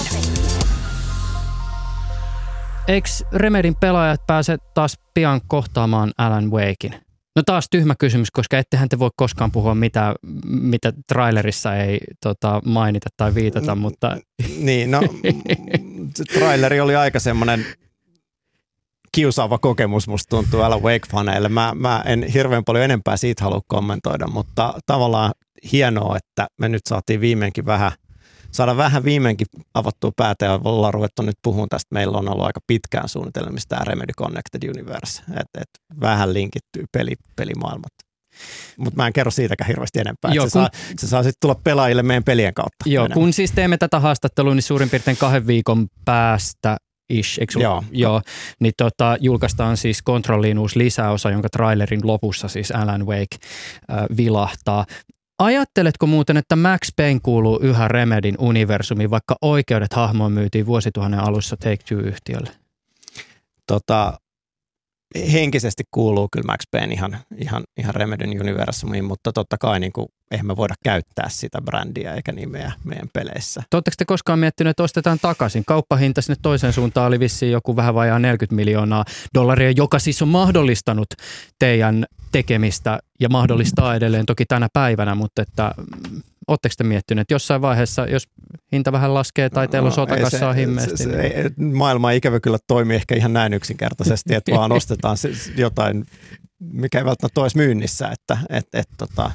S3: Eikö Remedyn pelaajat pääse taas pian kohtaamaan Alan Wakein? No taas tyhmä kysymys, koska ettehän te voi koskaan puhua mitä, mitä trailerissa ei tota, mainita tai viitata, mutta...
S5: Niin, no traileri oli aika semmoinen kiusaava kokemus, musta tuntuu Alan Wake-faneille. Mä, mä en hirveän paljon enempää siitä halua kommentoida, mutta tavallaan hienoa, että me nyt saatiin viimeinkin vähän, saada vähän viimeinkin avattua päätä ja ollaan ruvettu nyt puhumaan tästä. Meillä on ollut aika pitkään suunnitelmissa tämä Remedy Connected Universe, että et vähän linkittyy peli, pelimaailmat. Mutta mä en kerro siitäkään hirveästi enempää. Joo, se, kun, saa, se saa sitten tulla pelaajille meidän pelien kautta.
S3: Joo, enemmän. Kun siis teemme tätä haastattelua, niin suurin piirtein kahden viikon päästä Ish, eikö
S5: Joo.
S3: Joo, niin tota, julkaistaan siis Controliin uusi lisäosa, jonka trailerin lopussa siis Alan Wake äh, vilahtaa. Ajatteletko muuten, että Max Payne kuuluu yhä Remedyn universumiin, vaikka oikeudet hahmoon myytiin vuosituhannen alussa Take-Two-yhtiölle?
S5: Tota, henkisesti kuuluu kyllä Max Payne ihan, ihan, ihan Remedyn universumiin, mutta totta kai niin kuin, eihän me voida käyttää sitä brändiä eikä nimeä meidän peleissä.
S3: Oletteko te koskaan miettinyt, että ostetaan takaisin? Kauppahinta sinne toiseen suuntaan oli vissiin joku vähän vajaa neljäkymmentä miljoonaa dollaria, joka siis on mahdollistanut teidän tekemistä ja mahdollistaa edelleen toki tänä päivänä, mutta että ootteko te miettineet, että jossain vaiheessa, jos hinta vähän laskee tai teillä on no, sotakassaa himmeästi?
S5: Se,
S3: niin...
S5: se, se, maailma ikävä kyllä toimii ehkä ihan näin yksinkertaisesti, että vaan ostetaan jotain, mikä ei välttämättä ole edes myynnissä. Että, et, et, tota.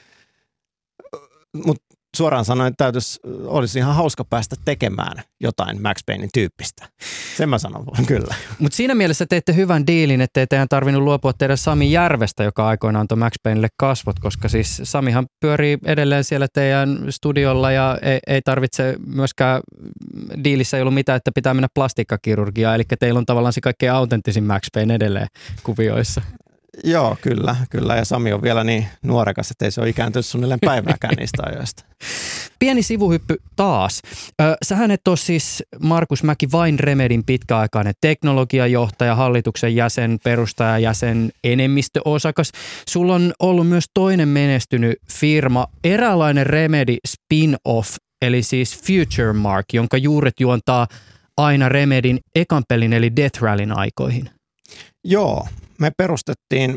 S5: Mutta suoraan sanoen täytyisi, olisi ihan hauska päästä tekemään jotain Max Paynein tyyppistä. Sen mä sanon kyllä.
S3: Mutta siinä mielessä teitte hyvän diilin, ettei teidän tarvinnut luopua teidän Sami Järvestä, joka aikoinaan antoi Max Paynelle kasvot, koska siis Samihan pyörii edelleen siellä teidän studiolla ja ei, ei tarvitse myöskään, diilissä ei ollut mitään, että pitää mennä plastiikkakirurgiaan, eli teillä on tavallaan se kaikkein autenttisin Max Payne edelleen kuvioissa.
S5: Joo, kyllä, kyllä. Ja Sami on vielä niin nuorekas, että ei se ole ikääntynyt suunnilleen päivääkään niistä ajoista.
S3: Pieni sivuhyppy taas. Sähän et ole siis, Markus Mäki, vain Remedyn pitkäaikainen teknologiajohtaja, hallituksen jäsen, perustajajäsen, enemmistöosakas. Sulla on ollut myös toinen menestynyt firma, eräänlainen Remedy spin-off, eli siis Future Mark, jonka juuret juontaa aina Remedyn ekan pelin, eli Death Rallyn aikoihin.
S5: Joo. Me perustettiin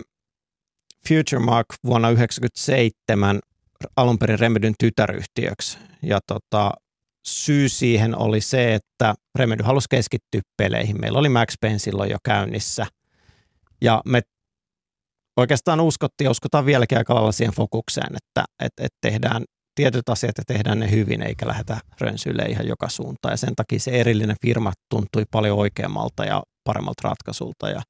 S5: Future Mark vuonna yhdeksänkymmentäseitsemän alun perin Remedyn tytäryhtiöksi. Ja tota, syy siihen oli se, että Remedy halusi keskittyä peleihin. Meillä oli Max Payne silloin jo käynnissä. Ja me oikeastaan uskottiin ja uskotaan vieläkin aika lailla siihen fokukseen, että et, et tehdään tietyt asiat ja tehdään ne hyvin, eikä lähdetä rönsyille ihan joka suuntaan. Ja sen takia se erillinen firma tuntui paljon oikeammalta ja paremmalta ratkaisulta. Ja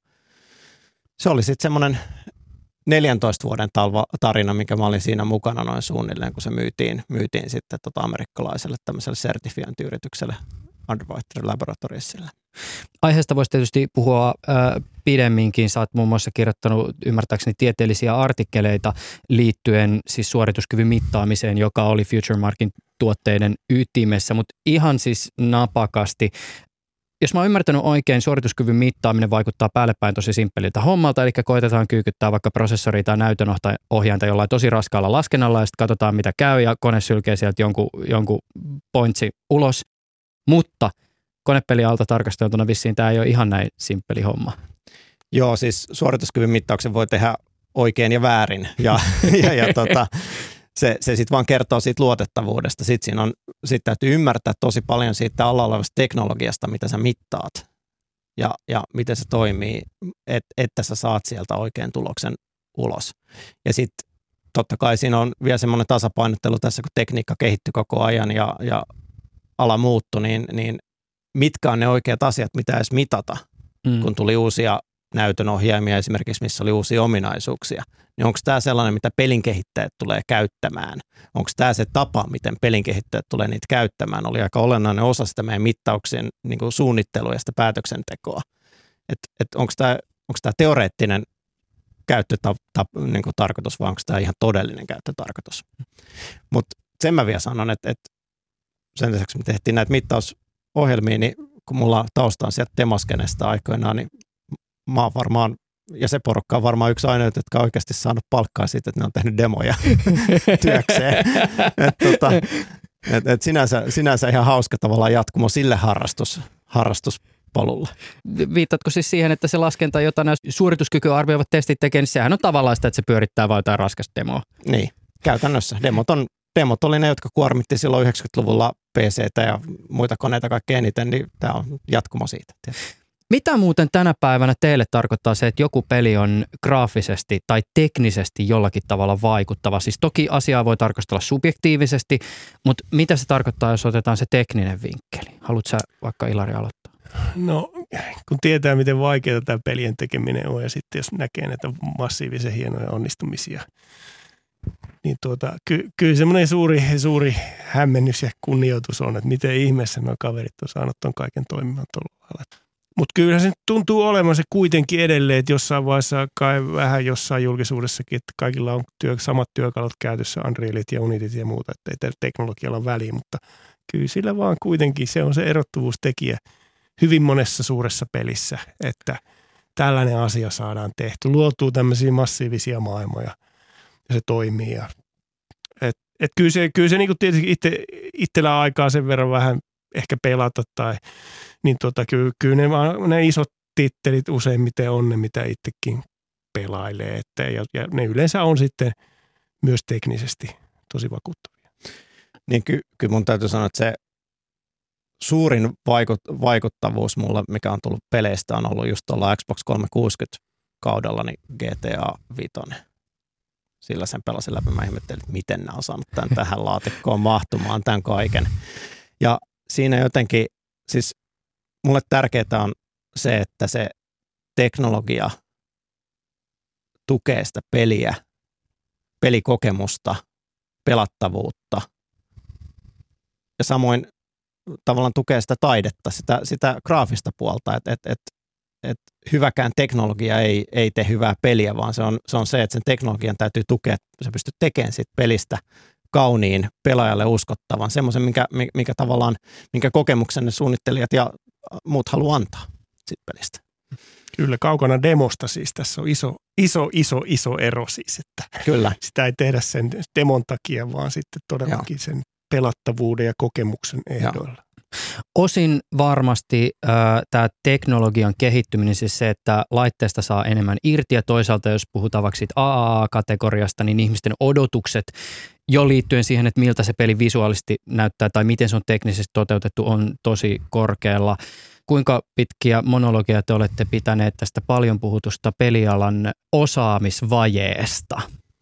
S5: se oli sitten semmoinen neljäntoista vuoden talva, tarina, mikä mä olin siinä mukana noin suunnilleen, kun se myytiin, myytiin sitten tota amerikkalaiselle tämmöiselle sertifiointiyritykselle Underwater Laboratoriesille.
S3: Aiheesta voisi tietysti puhua äh, pidemminkin. Sä oot muun muassa kirjoittanut ymmärtääkseni tieteellisiä artikkeleita liittyen siis suorituskyvyn mittaamiseen, joka oli Future Markin tuotteiden ytimessä, mutta ihan siis napakasti. Jos mä oon ymmärtänyt oikein, suorituskyvyn mittaaminen vaikuttaa päällepäin tosi simppeliltä hommalta, eli koitetaan kyykyttää vaikka prosessoria tai näytönohjainta jollain tosi raskaalla laskennalla, ja sitten katsotaan mitä käy, ja kone sylkee sieltä jonkun, jonkun pointsi ulos. Mutta konepelialta tarkasteltuna vissiin tämä ei ole ihan näin simppeli homma.
S5: Joo, siis suorituskyvyn mittauksen voi tehdä oikein ja väärin. Ja, ja, ja tota, se, se sitten vaan kertoo siitä luotettavuudesta. Sitten siinä on, sit täytyy ymmärtää tosi paljon siitä alla olevasta teknologiasta, mitä sä mittaat ja, ja miten se toimii, et, että sä saat sieltä oikean tuloksen ulos. Ja sitten totta kai siinä on vielä semmoinen tasapainottelu tässä, kun tekniikka kehittyy koko ajan ja, ja ala muuttui, niin, niin mitkä on ne oikeat asiat, mitä edes mitata, mm. kun tuli uusia näytönohjaimia esimerkiksi, missä oli uusia ominaisuuksia. Niin onko tämä sellainen, mitä pelinkehittäjät tulee käyttämään? Onko tämä se tapa, miten pelinkehittäjät tulee niitä käyttämään? Oli aika olennainen osa sitä meidän mittauksien niin kuin suunnittelua ja sitä päätöksentekoa. Että et onko tämä onko tämä teoreettinen käyttötarkoitus vai onko tämä ihan todellinen käyttötarkoitus? Mutta sen mä vielä sanon, että, että sen lisäksi me tehtiin näitä mittausohjelmia, niin kun mulla tausta on sieltä Demoskenestä aikoinaan, niin mä oon varmaan, ja se porukka on varmaan yksi ainoa, jotka on oikeasti saanut palkkaa siitä, että ne on tehnyt demoja työkseen. Et, tota, et, et sinänsä, sinänsä ihan hauska tavallaan jatkumo sille harrastus, harrastuspolulle.
S3: Viittatko siis siihen, että se laskenta, jota nämä suorituskykyä arvioivat testit tekee, niin sehän on tavallaan sitä, että se pyörittää vain jotain raskasta demoa.
S5: Niin, käytännössä. Demot, on, demot oli ne, jotka kuormitti silloin yhdeksänkymmentäluvulla P C:tä ja muita koneita kaikkein eniten, niin tämä on jatkumo siitä.
S3: Mitä muuten tänä päivänä teille tarkoittaa se, että joku peli on graafisesti tai teknisesti jollakin tavalla vaikuttava? Siis toki asiaa voi tarkastella subjektiivisesti, mutta mitä se tarkoittaa, jos otetaan se tekninen vinkkeli? Haluatko sä vaikka Ilari aloittaa?
S4: No, kun tietää, miten vaikeaa tämä pelien tekeminen on ja sitten jos näkee näitä massiivisen hienoja onnistumisia, niin tuota, ky- kyllä semmoinen suuri, suuri hämmennys ja kunnioitus on, että miten ihmeessä nuo kaverit on saanut ton kaiken toimimaan tuolla lailla. Mutta kyllä se tuntuu olemaan se kuitenkin edelleen, että jossain vaiheessa kai vähän jossain julkisuudessakin, että kaikilla on työ, samat työkalut käytössä, Unrealit ja Unitit ja muuta, että ei tällä teknologialla ole väliä, mutta kyllä sillä vaan kuitenkin se on se erottuvuustekijä hyvin monessa suuressa pelissä, että tällainen asia saadaan tehty. Luotuu tämmöisiä massiivisia maailmoja ja se toimii. Ja, et, et kyllä se, kyllä se niin tietysti itse, itsellä aikaa sen verran vähän ehkä pelata tai niin tota, kyllä, kyllä ne, ne isot tittelit useimmiten on ne, mitä itsekin pelailee. Että, ja, ja ne yleensä on sitten myös teknisesti tosi vakuuttavia.
S5: Niin ky, kyllä mun täytyy sanoa, että se suurin vaikut, vaikuttavuus mulle, mikä on tullut peleistä, on ollut just tuolla Xbox kolmesataakuusikymmentä kaudella, niin G T A viisi. Sillä sen pelasin läpi. Mä ihmettelin, että miten nämä on saanut tämän tähän laatikkoon mahtumaan, tämän kaiken. Ja siinä jotenkin, siis mulle tärkeää on se, että se teknologia tukee sitä peliä, pelikokemusta, pelattavuutta ja samoin tavallaan tukee sitä taidetta, sitä, sitä graafista puolta, että et, et, et hyväkään teknologia ei, ei tee hyvää peliä, vaan se on, se on se, että sen teknologian täytyy tukea, että sä pystyt tekemään siitä pelistä kauniin, pelaajalle uskottavan, semmoisen, minkä, minkä tavallaan, minkä kokemuksen ne suunnittelijat ja muut haluaa antaa siitä pelistä.
S4: Kyllä, kaukana demosta siis. Tässä on iso, iso, iso, iso ero siis, että
S5: Kyllä.
S4: sitä ei tehdä sen demon takia, vaan sitten todellakin Joo. sen pelattavuuden ja kokemuksen ehdoilla.
S3: Osin varmasti äh, tämä teknologian kehittyminen, siis se, että laitteesta saa enemmän irti ja toisaalta jos puhutaan vaikka siitä A A A-kategoriasta, niin ihmisten odotukset jo liittyen siihen, että miltä se peli visuaalisesti näyttää tai miten se on teknisesti toteutettu, on tosi korkealla. Kuinka pitkiä monologia te olette pitäneet tästä paljon puhutusta pelialan osaamisvajeesta?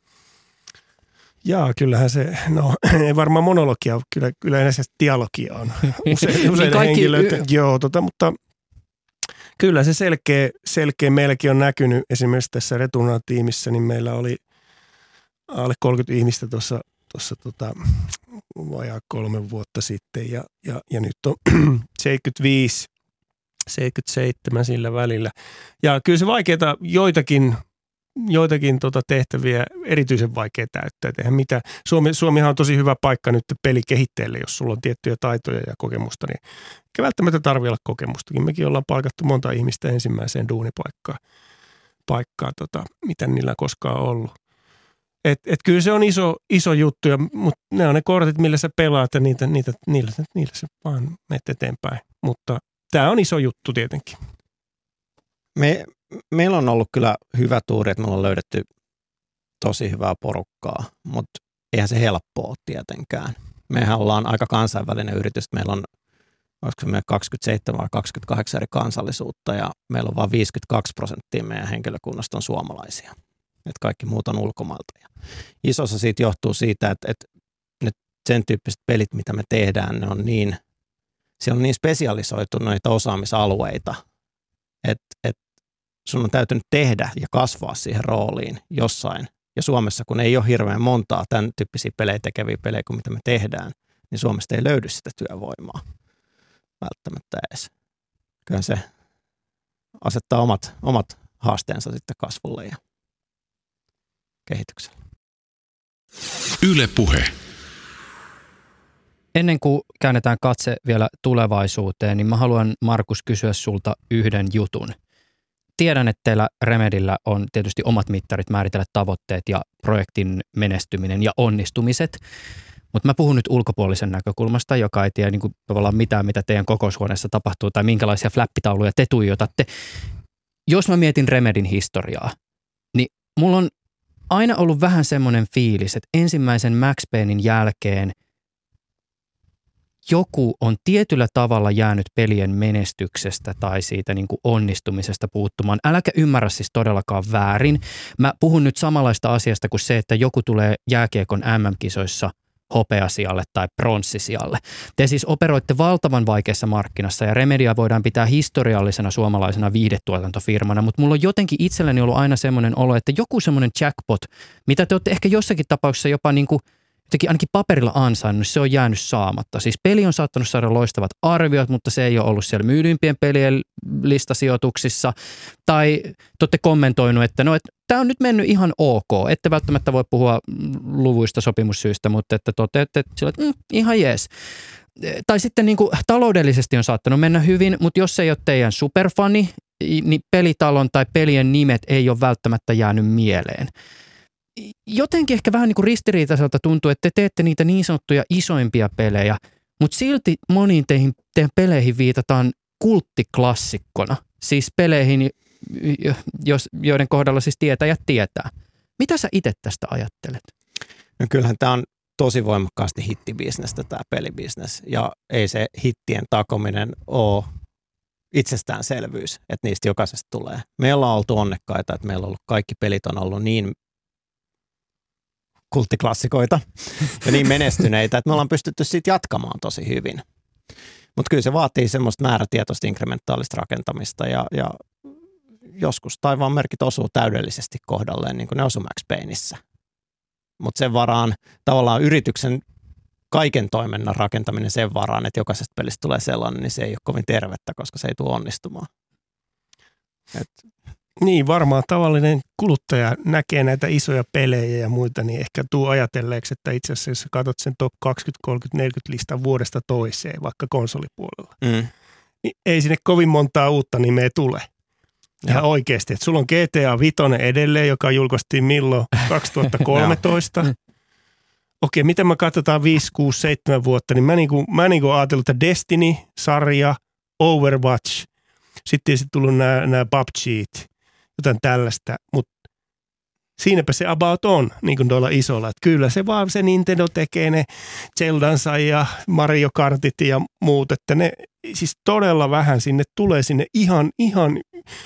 S4: Jaa, kyllähän se, no ei varmaan monologia, kyllä, kyllä enää dialogia on usein, usein henkilöitä, y- joo, tota, mutta kyllä se selkeä, selkeä meilläkin on näkynyt esimerkiksi tässä Retuna-tiimissä, niin meillä oli alle kolmekymmentä ihmistä tuossa, tuossa tota, vajaa kolme vuotta sitten ja, ja, ja nyt on seitsemänkymmentäviisi, seitsemänkymmentäseitsemän sillä välillä. Ja kyllä se vaikeaa joitakin joitakin tota tehtäviä erityisen vaikea täyttää. Eihän mitä. Suomi, Suomihan on tosi hyvä paikka nyt pelikehittäjälle, jos sulla on tiettyjä taitoja ja kokemusta, niin eikä välttämättä tarvitse olla kokemustakin. Mekin ollaan palkattu monta ihmistä ensimmäiseen duunipaikkaan, paikkaa, tota, mitä niillä koskaan on ollut. Et, et kyllä se on iso, iso juttu, ja, mutta ne on ne kortit, millä sä pelaat ja niitä, niitä, niillä, niillä sä vaan menet eteenpäin. Mutta tämä on iso juttu tietenkin.
S5: Me, meillä on ollut kyllä hyvä tuuri, että me ollaan löydetty tosi hyvää porukkaa, mutta eihän se helppoa ole tietenkään. Mehän ollaan aika kansainvälinen yritys. Meillä on olisiko meillä kaksikymmentäseitsemän vai kaksikymmentäkahdeksan eri kansallisuutta ja meillä on vain viisikymmentäkaksi prosenttia meidän henkilökunnasta on suomalaisia. Että kaikki muut on ulkomailta. Ja iso osa siitä johtuu siitä, että, että ne sen tyyppiset pelit, mitä me tehdään, ne on niin, siellä on niin spesialisoituneita osaamisalueita, että, että sun on täytynyt tehdä ja kasvaa siihen rooliin jossain. Ja Suomessa, kun ei ole hirveän montaa tämän tyyppisiä pelejä tekeviä pelejä kuin mitä me tehdään, niin Suomesta ei löydy sitä työvoimaa välttämättä edes. Kyllä se asettaa omat, omat haasteensa sitten kasvulle ja kehitykselle.
S10: Yle Puhe.
S3: Ennen kuin käännetään katse vielä tulevaisuuteen, niin mä haluan, Markus, kysyä sulta yhden jutun. Tiedän, että teillä Remedillä on tietysti omat mittarit määritellä tavoitteet ja projektin menestyminen ja onnistumiset, mutta mä puhun nyt ulkopuolisen näkökulmasta, joka ei tiedä niin kuin tavallaan mitään, mitä teidän kokoushuoneessa tapahtuu tai minkälaisia flappitauluja te tuijotatte. Jos mä mietin Remedin historiaa, niin mulla on aina ollut vähän semmoinen fiilis, että ensimmäisen Max Paynein jälkeen joku on tietyllä tavalla jäänyt pelien menestyksestä tai siitä niin kuin onnistumisesta puuttumaan. Äläkä ymmärrä siis todellakaan väärin. Mä puhun nyt samanlaista asiasta kuin se, että joku tulee jääkiekon M M-kisoissa hopeasijalle tai pronssisijalle. Te siis operoitte valtavan vaikeassa markkinassa ja Remedia voidaan pitää historiallisena suomalaisena viihdetuotantofirmana, mutta mulla on jotenkin itselleni ollut aina semmoinen olo, että joku semmoinen jackpot, mitä te olette ehkä jossakin tapauksessa jopa niin kuin jotenkin ainakin paperilla ansainnut, se on jäänyt saamatta. Siis peli on saattanut saada loistavat arviot, mutta se ei ole ollut siellä myydyimpien pelien listasijoituksissa. Tai te olette kommentoinut, että no, tämä on nyt mennyt ihan ok. Ette välttämättä voi puhua luvuista sopimussyistä, mutta että toteatte, että sillä, että mm, ihan jees. Tai sitten niin kuin taloudellisesti on saattanut mennä hyvin, mutta jos ei ole teidän superfani, niin pelitalon tai pelien nimet ei ole välttämättä jäänyt mieleen. Jotenkin ehkä vähän niin kuin ristiriitaiselta tuntuu, että te teette niitä niin sanottuja isoimpia pelejä, mutta silti moniin teihin, teidän peleihin viitataan kulttiklassikkona. Siis peleihin, jos, joiden kohdalla siis tietäjät tietää. Mitä sä itse tästä ajattelet?
S5: No kyllähän tämä on tosi voimakkaasti hittibisnestä tämä pelibisnes ja ei se hittien takominen ole itsestäänselvyys, että niistä jokaisesta tulee. Meillä on oltu onnekkaita, että meillä on ollut kaikki pelit on ollut niin kulttiklassikoita ja niin menestyneitä, että me ollaan pystytty siitä jatkamaan tosi hyvin. Mutta kyllä se vaatii semmoista määrätietoista inkrementaalista rakentamista ja, ja joskus taivaan merkit osuu täydellisesti kohdalleen, niin kuin ne osuu Max Payneissa. Mutta sen varaan tavallaan yrityksen kaiken toiminnan rakentaminen sen varaan, että jokaisesta pelistä tulee sellainen, niin se ei ole kovin tervettä, koska se ei tule onnistumaan. Et
S4: Niin, varmaan tavallinen kuluttaja näkee näitä isoja pelejä ja muita, niin ehkä tuu ajatelleeksi, että itse asiassa jos katsot sen top kaksikymmentä, kolmekymmentä, neljäkymmentä listan vuodesta toiseen, vaikka konsolipuolella, mm. niin ei sinne kovin montaa uutta nimeä tule. Ihan oikeasti, että sulla on G T A viisi edelleen, joka julkaistiin milloin? kaksituhattakolmetoista. Okei, mitä mä katsotaan viisi, kuusi, seitsemän vuotta, niin mä niinku, mä niinku ajatellut, että Destiny-sarja, Overwatch, sitten on tullut nämä, nämä P U B G:t, jotain tällaista, mutta siinäpä se about on, niin kuin tuolla isolla. Että kyllä se vaan se Nintendo tekee ne Zeldansa ja Mario Kartit ja muut, että ne siis todella vähän sinne tulee sinne ihan, ihan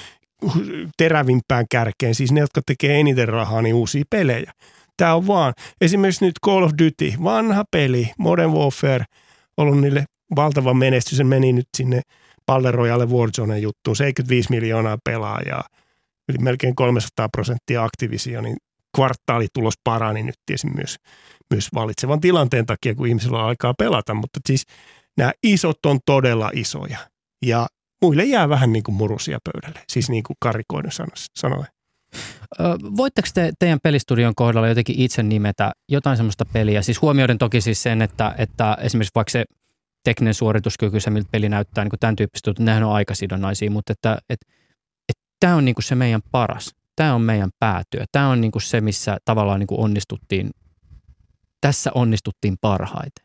S4: terävimpään kärkeen, siis ne, jotka tekee eniten rahaa, niin uusia pelejä. Tämä on vaan, esimerkiksi nyt Call of Duty, vanha peli, Modern Warfare, ollut niille valtava menestys, se meni nyt sinne Battle Royale Warzone juttuun, seitsemänkymmentäviisi miljoonaa pelaajaa, yli melkein kolmesataa prosenttia Activisionin kvartaalitulos parani nyt tietysti myös, myös valitsevan tilanteen takia, kun ihmisillä on aikaa pelata, mutta siis nämä isot on todella isoja ja muille jää vähän niin kuin murusia pöydälle, siis niin kuin karikoiden sanoen.
S3: Voitteko te teidän pelistudion kohdalla jotenkin itse nimetä jotain semmoista peliä, siis huomioiden toki siis sen, että, että esimerkiksi vaikka se tekninen suorituskyky, se miltä peli näyttää, niin kuin tämän tyyppistä, että nehän on aikasidonnaisia, mutta että, että, että tämä on niin kuin se meidän paras, tämä on meidän päätyö, tämä on niin kuin se, missä tavallaan niin kuin onnistuttiin, tässä onnistuttiin parhaiten.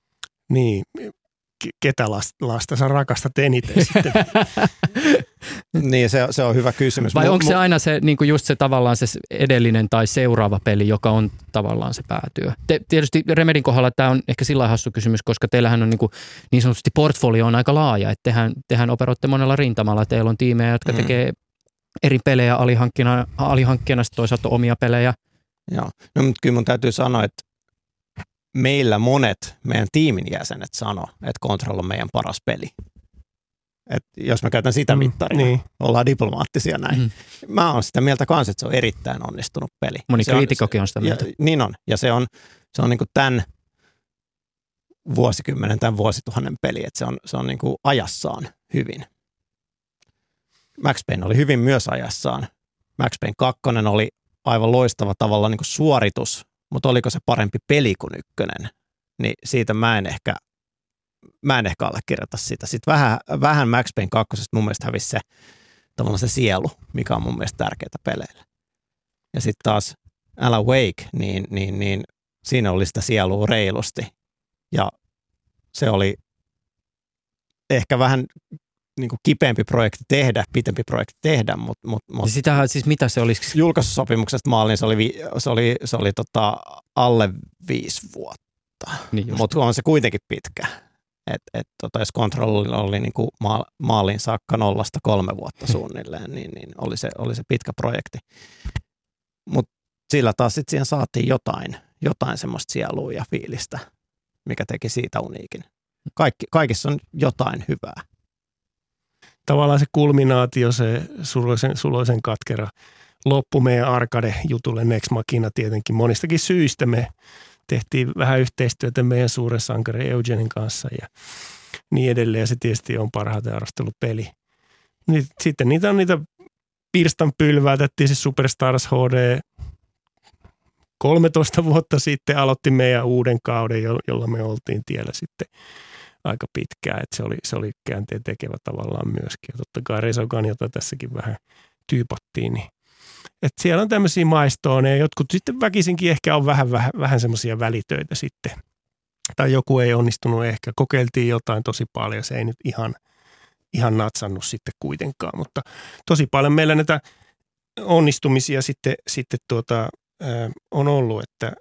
S4: Niin, ketä lasta sä rakastat eniten sitten?
S5: Niin, se, se on hyvä kysymys.
S3: Vai
S5: Mut,
S3: onko se aina se, niin kuin just se tavallaan se edellinen tai seuraava peli, joka on tavallaan se päätyö? Te, tietysti Remedin kohdalla tämä on ehkä sillä hassu kysymys, koska teillähän on niin, kuin, niin sanotusti portfolio on aika laaja, että tehän, tehän operoitte monella rintamalla. Teillä on tiimejä, jotka mm. tekee eri pelejä alihankkijana, alihankkijana toisaalta omia pelejä.
S5: Joo, no mutta kyllä mun täytyy sanoa, että meillä monet meidän tiimin jäsenet sanoo, että Control on meidän paras peli. Et jos mä käytän sitä mittarina, mm, niin. ollaan diplomaattisia näin. Mm. Mä oon sitä mieltä kanssa, että se on erittäin onnistunut peli.
S3: Moni
S5: se
S3: kriitikkokin on sitä mieltä.
S5: Ja, niin on, ja se on, se on niin kuin tämän vuosikymmenen, tämän vuosituhannen peli, että se on, se on niin kuin ajassaan hyvin. Max Payne oli hyvin myös ajassaan. Max Payne kaksi oli aivan loistava tavalla niin kuin suoritus, mutta oliko se parempi peli kuin ykkönen, niin siitä mä en ehkä, mä en ehkä allekirjoita sitä. Sitten vähän, vähän Max Payne kakkosesta mun mielestä hävisi se, tavallaan se sielu, mikä on mun mielestä tärkeää peleillä. Ja sitten taas Alan Wake, niin, niin, niin siinä oli sitä sielua reilusti. Ja se oli ehkä vähän niin kuin kipeämpi projekti tehdä, pitempi projekti tehdä, mutta... Mut, mut
S3: sitähän siis mitä se olisi?
S5: Julkaisusopimuksesta maalin se oli, se oli, se oli tota alle viisi vuotta, niin mutta on se kuitenkin pitkä. Et, et, tota, jos Control oli niin kuin maal, maalin saakka nollasta kolme vuotta suunnilleen, niin, niin oli, se, oli se pitkä projekti. Mutta sillä taas sitten siihen saatiin jotain, jotain semmoista sielua ja fiilistä, mikä teki siitä uniikin. Kaikki, kaikissa on jotain hyvää.
S4: Tavallaan se kulminaatio, se suloisen, suloisen katkera loppu meidän arcade-jutulle Nex Machina tietenkin monistakin syistä. Me tehtiin vähän yhteistyötä meidän suuren sankari Eugenin kanssa ja niin edelleen. Ja se tietysti on parhaiten arvostelupeli. Sitten niitä on niitä pirstan pylvää. Tättiin se Superstars H D kolmetoista vuotta sitten aloitti meidän uuden kauden, jolla me oltiin tiellä sitten aika pitkään, että se oli, se oli käänteen tekevä tavallaan myöskin. Ja totta kai Resogun, jota tässäkin vähän tyypattiin, niin että siellä on tämmöisiä maistoneja, jotkut sitten väkisinkin ehkä on vähän, vähän, vähän semmoisia välitöitä sitten. Tai joku ei onnistunut ehkä, kokeiltiin jotain tosi paljon, se ei nyt ihan, ihan natsannut sitten kuitenkaan, mutta tosi paljon meillä näitä onnistumisia sitten, sitten tuota, ää, on ollut, että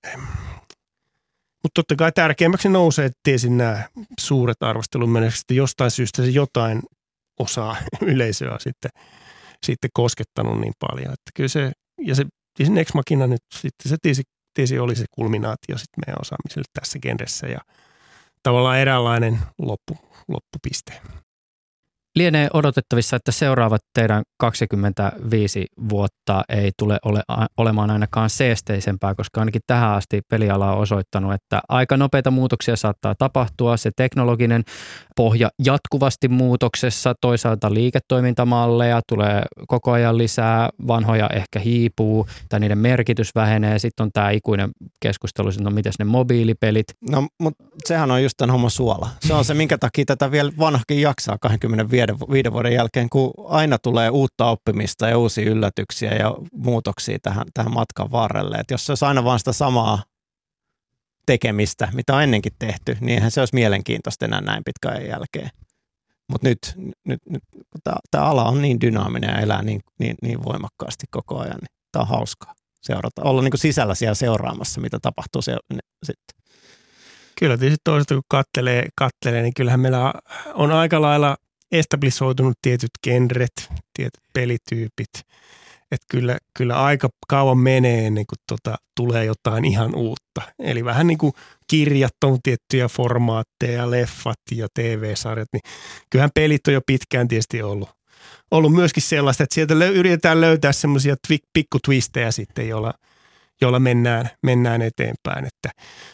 S4: mutta totta kai tärkeämmäksi nousee, että tiesin nämä suuret arvostelun menestykset, että jostain syystä se jotain osaa yleisöä sitten, sitten koskettanut niin paljon. Että kyllä se, ja se, se Nex Machina nyt sitten, se tiesi, tiesi oli se kulminaatio sitten meidän osaamiselle tässä genressä ja tavallaan eräänlainen loppu, loppupiste.
S3: Lienee odotettavissa, että seuraavat teidän kaksikymmentäviisi vuotta ei tule ole, olemaan ainakaan seesteisempää, koska ainakin tähän asti peliala on osoittanut, että aika nopeita muutoksia saattaa tapahtua. Se teknologinen pohja jatkuvasti muutoksessa, toisaalta liiketoimintamalleja tulee koko ajan lisää, vanhoja ehkä hiipuu tai niiden merkitys vähenee. Sitten on tämä ikuinen keskustelu, että no mites ne mobiilipelit.
S5: No, mutta sehän on just tämän homman suola. Se on se, minkä takia tätä vielä vanhakin jaksaa kaksikymmentäviisi viiden vuoden jälkeen, kun aina tulee uutta oppimista ja uusia yllätyksiä ja muutoksia tähän, tähän matkan varrelle. Et jos se olisi aina vaan sitä samaa tekemistä, mitä on ennenkin tehty, niin eihän se olisi mielenkiintoista enää näin pitkän ajan jälkeen. Mutta nyt, nyt, nyt tämä ala on niin dynaaminen ja elää niin, niin, niin voimakkaasti koko ajan, niin tämä on hauskaa seurata. Olla niin kuin sisällä siellä seuraamassa, mitä tapahtuu se, sitten.
S4: Kyllä tietysti toisaalta kun kattelee, kattelee, niin kyllähän meillä on aika lailla establisoitunut tietyt genret, tietyt pelityypit. Että kyllä, kyllä aika kauan menee ennen kuin tota, tulee jotain ihan uutta. Eli vähän niin kuin kirjat on tiettyjä formaatteja, leffat ja T V-sarjat, niin kyllähän pelit on jo pitkään tietysti ollut, ollut myöskin sellaista, että sieltä löy- yritetään löytää semmoisia twi- pikkutwistejä sitten, joilla, joilla mennään, mennään eteenpäin. Että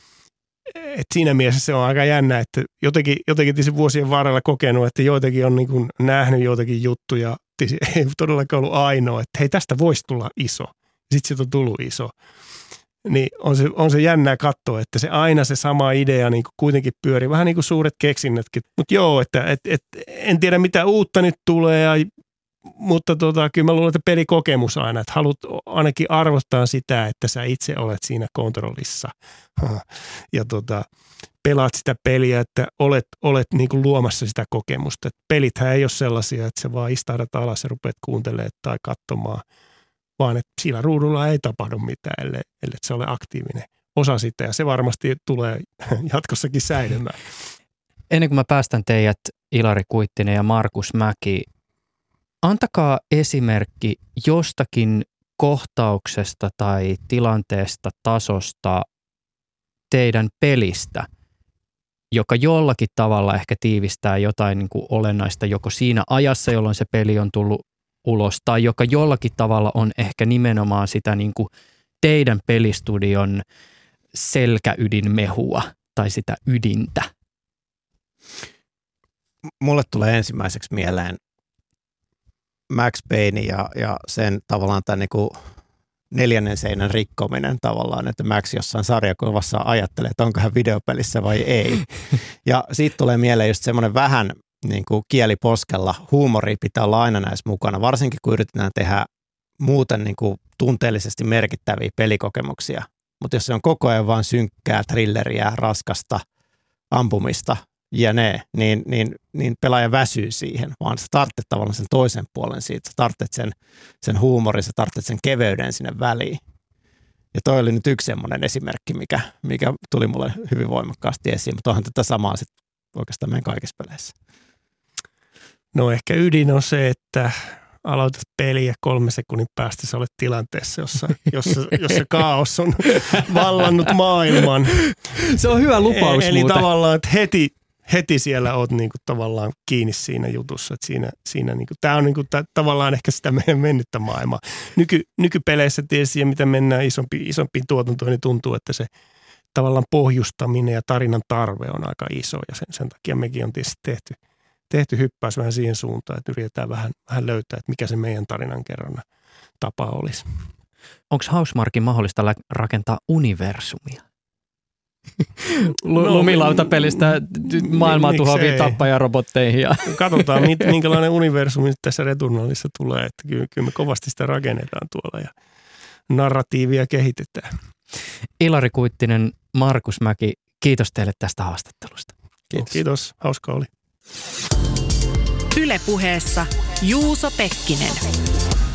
S4: Et siinä mielessä se on aika jännä, että jotenkin, jotenkin tietysti vuosien varrella kokenut, että joitakin on niin kuin nähnyt joitakin juttuja, ei todellakaan ollut ainoa, että hei tästä voisi tulla iso. Sitten siitä on tullut iso. Niin on se, on se jännää katsoa, että se aina se sama idea niin kuin kuitenkin pyörii, vähän niin kuin suuret keksinnötkin. Mutta joo, että et, et, en tiedä mitä uutta nyt tulee ja mutta tota, kyllä mä luulen, että pelikokemus aina, että haluat ainakin arvostaa sitä, että sä itse olet siinä kontrollissa ja tota, pelaat sitä peliä, että olet, olet niin kuin luomassa sitä kokemusta. Et pelithän ei ole sellaisia, että sä vaan istahdat alas ja rupeat kuuntelemaan tai katsomaan, vaan että siinä ruudulla ei tapahdu mitään, ellei, ellei se ole aktiivinen osa sitä ja se varmasti tulee jatkossakin säilymään.
S3: Ennen kuin mä päästän teidät, Ilari Kuittinen ja Markus Mäki, antakaa esimerkki jostakin kohtauksesta tai tilanteesta, tasosta teidän pelistä, joka jollakin tavalla ehkä tiivistää jotain niin kuin olennaista joko siinä ajassa, jolloin se peli on tullut ulos, tai joka jollakin tavalla on ehkä nimenomaan sitä niin kuin teidän pelistudion selkäydinmehua tai sitä ydintä.
S5: Mulle tulee ensimmäiseksi mieleen Max Payne ja, ja sen tavallaan tämän niin kuin neljännen seinän rikkominen tavallaan, että Max jossain sarjakuvassa ajattelee, että onko hän videopelissä vai ei. Ja siitä tulee mieleen just semmoinen vähän niin kuin kieliposkella huumori pitää olla aina näissä mukana, varsinkin kun yritetään tehdä muuten niin kuin tunteellisesti merkittäviä pelikokemuksia. Mutta jos se on koko ajan vaan synkkää, thrilleriä, raskasta, ampumista, jne, niin, niin, niin pelaaja väsyy siihen, vaan sä tarvitset tavallaan sen toisen puolen siitä. Sä tarvitset sen, sen huumorin, sä tarvitset sen keveyden sinne väliin. Ja toi oli nyt yksi semmoinen esimerkki, mikä, mikä tuli mulle hyvin voimakkaasti esiin, mutta onhan tätä samaa sitten oikeastaan meidän kaikissa peleissä.
S4: No ehkä ydin on se, että aloitat peliä kolme sekunnin päästä sä olet tilanteessa, jossa, jossa, jossa kaos on vallannut maailman.
S3: Se on hyvä lupaus
S4: Eli
S3: muuten.
S4: tavallaan, että heti, heti siellä oot niinku tavallaan kiinni siinä jutussa. Että siinä, siinä niinku, tää on niinku, tää, tavallaan ehkä sitä meidän mennyttä maailmaa. Nyky, nykypeleissä tietysti, ja mitä mennään isompi, isompiin tuotantoihin, niin tuntuu, että se tavallaan pohjustaminen ja tarinan tarve on aika iso. Ja sen, sen takia mekin on tietysti tehty. tehty hyppäys vähän siihen suuntaan, että yritetään vähän, vähän löytää, että mikä se meidän tarinankerronnan tapa olisi.
S3: Onko Housemarqueen mahdollista lä- rakentaa universumia?
S4: No,
S3: Lumilautapelistä maailmaa
S4: mi-
S3: tuhoaviin
S4: miksei?
S3: tappajarobotteihin. Ja
S4: Katsotaan, minkälainen universumi tässä Returnalissa tulee. Että kyllä, kyllä me kovasti sitä rakennetaan tuolla ja narratiivia kehitetään.
S3: Ilari Kuittinen, Markus Mäki, kiitos teille tästä haastattelusta.
S4: Kiitos. Kiitos, hauska oli.
S1: Yle Puheessa Juuso Pekkinen.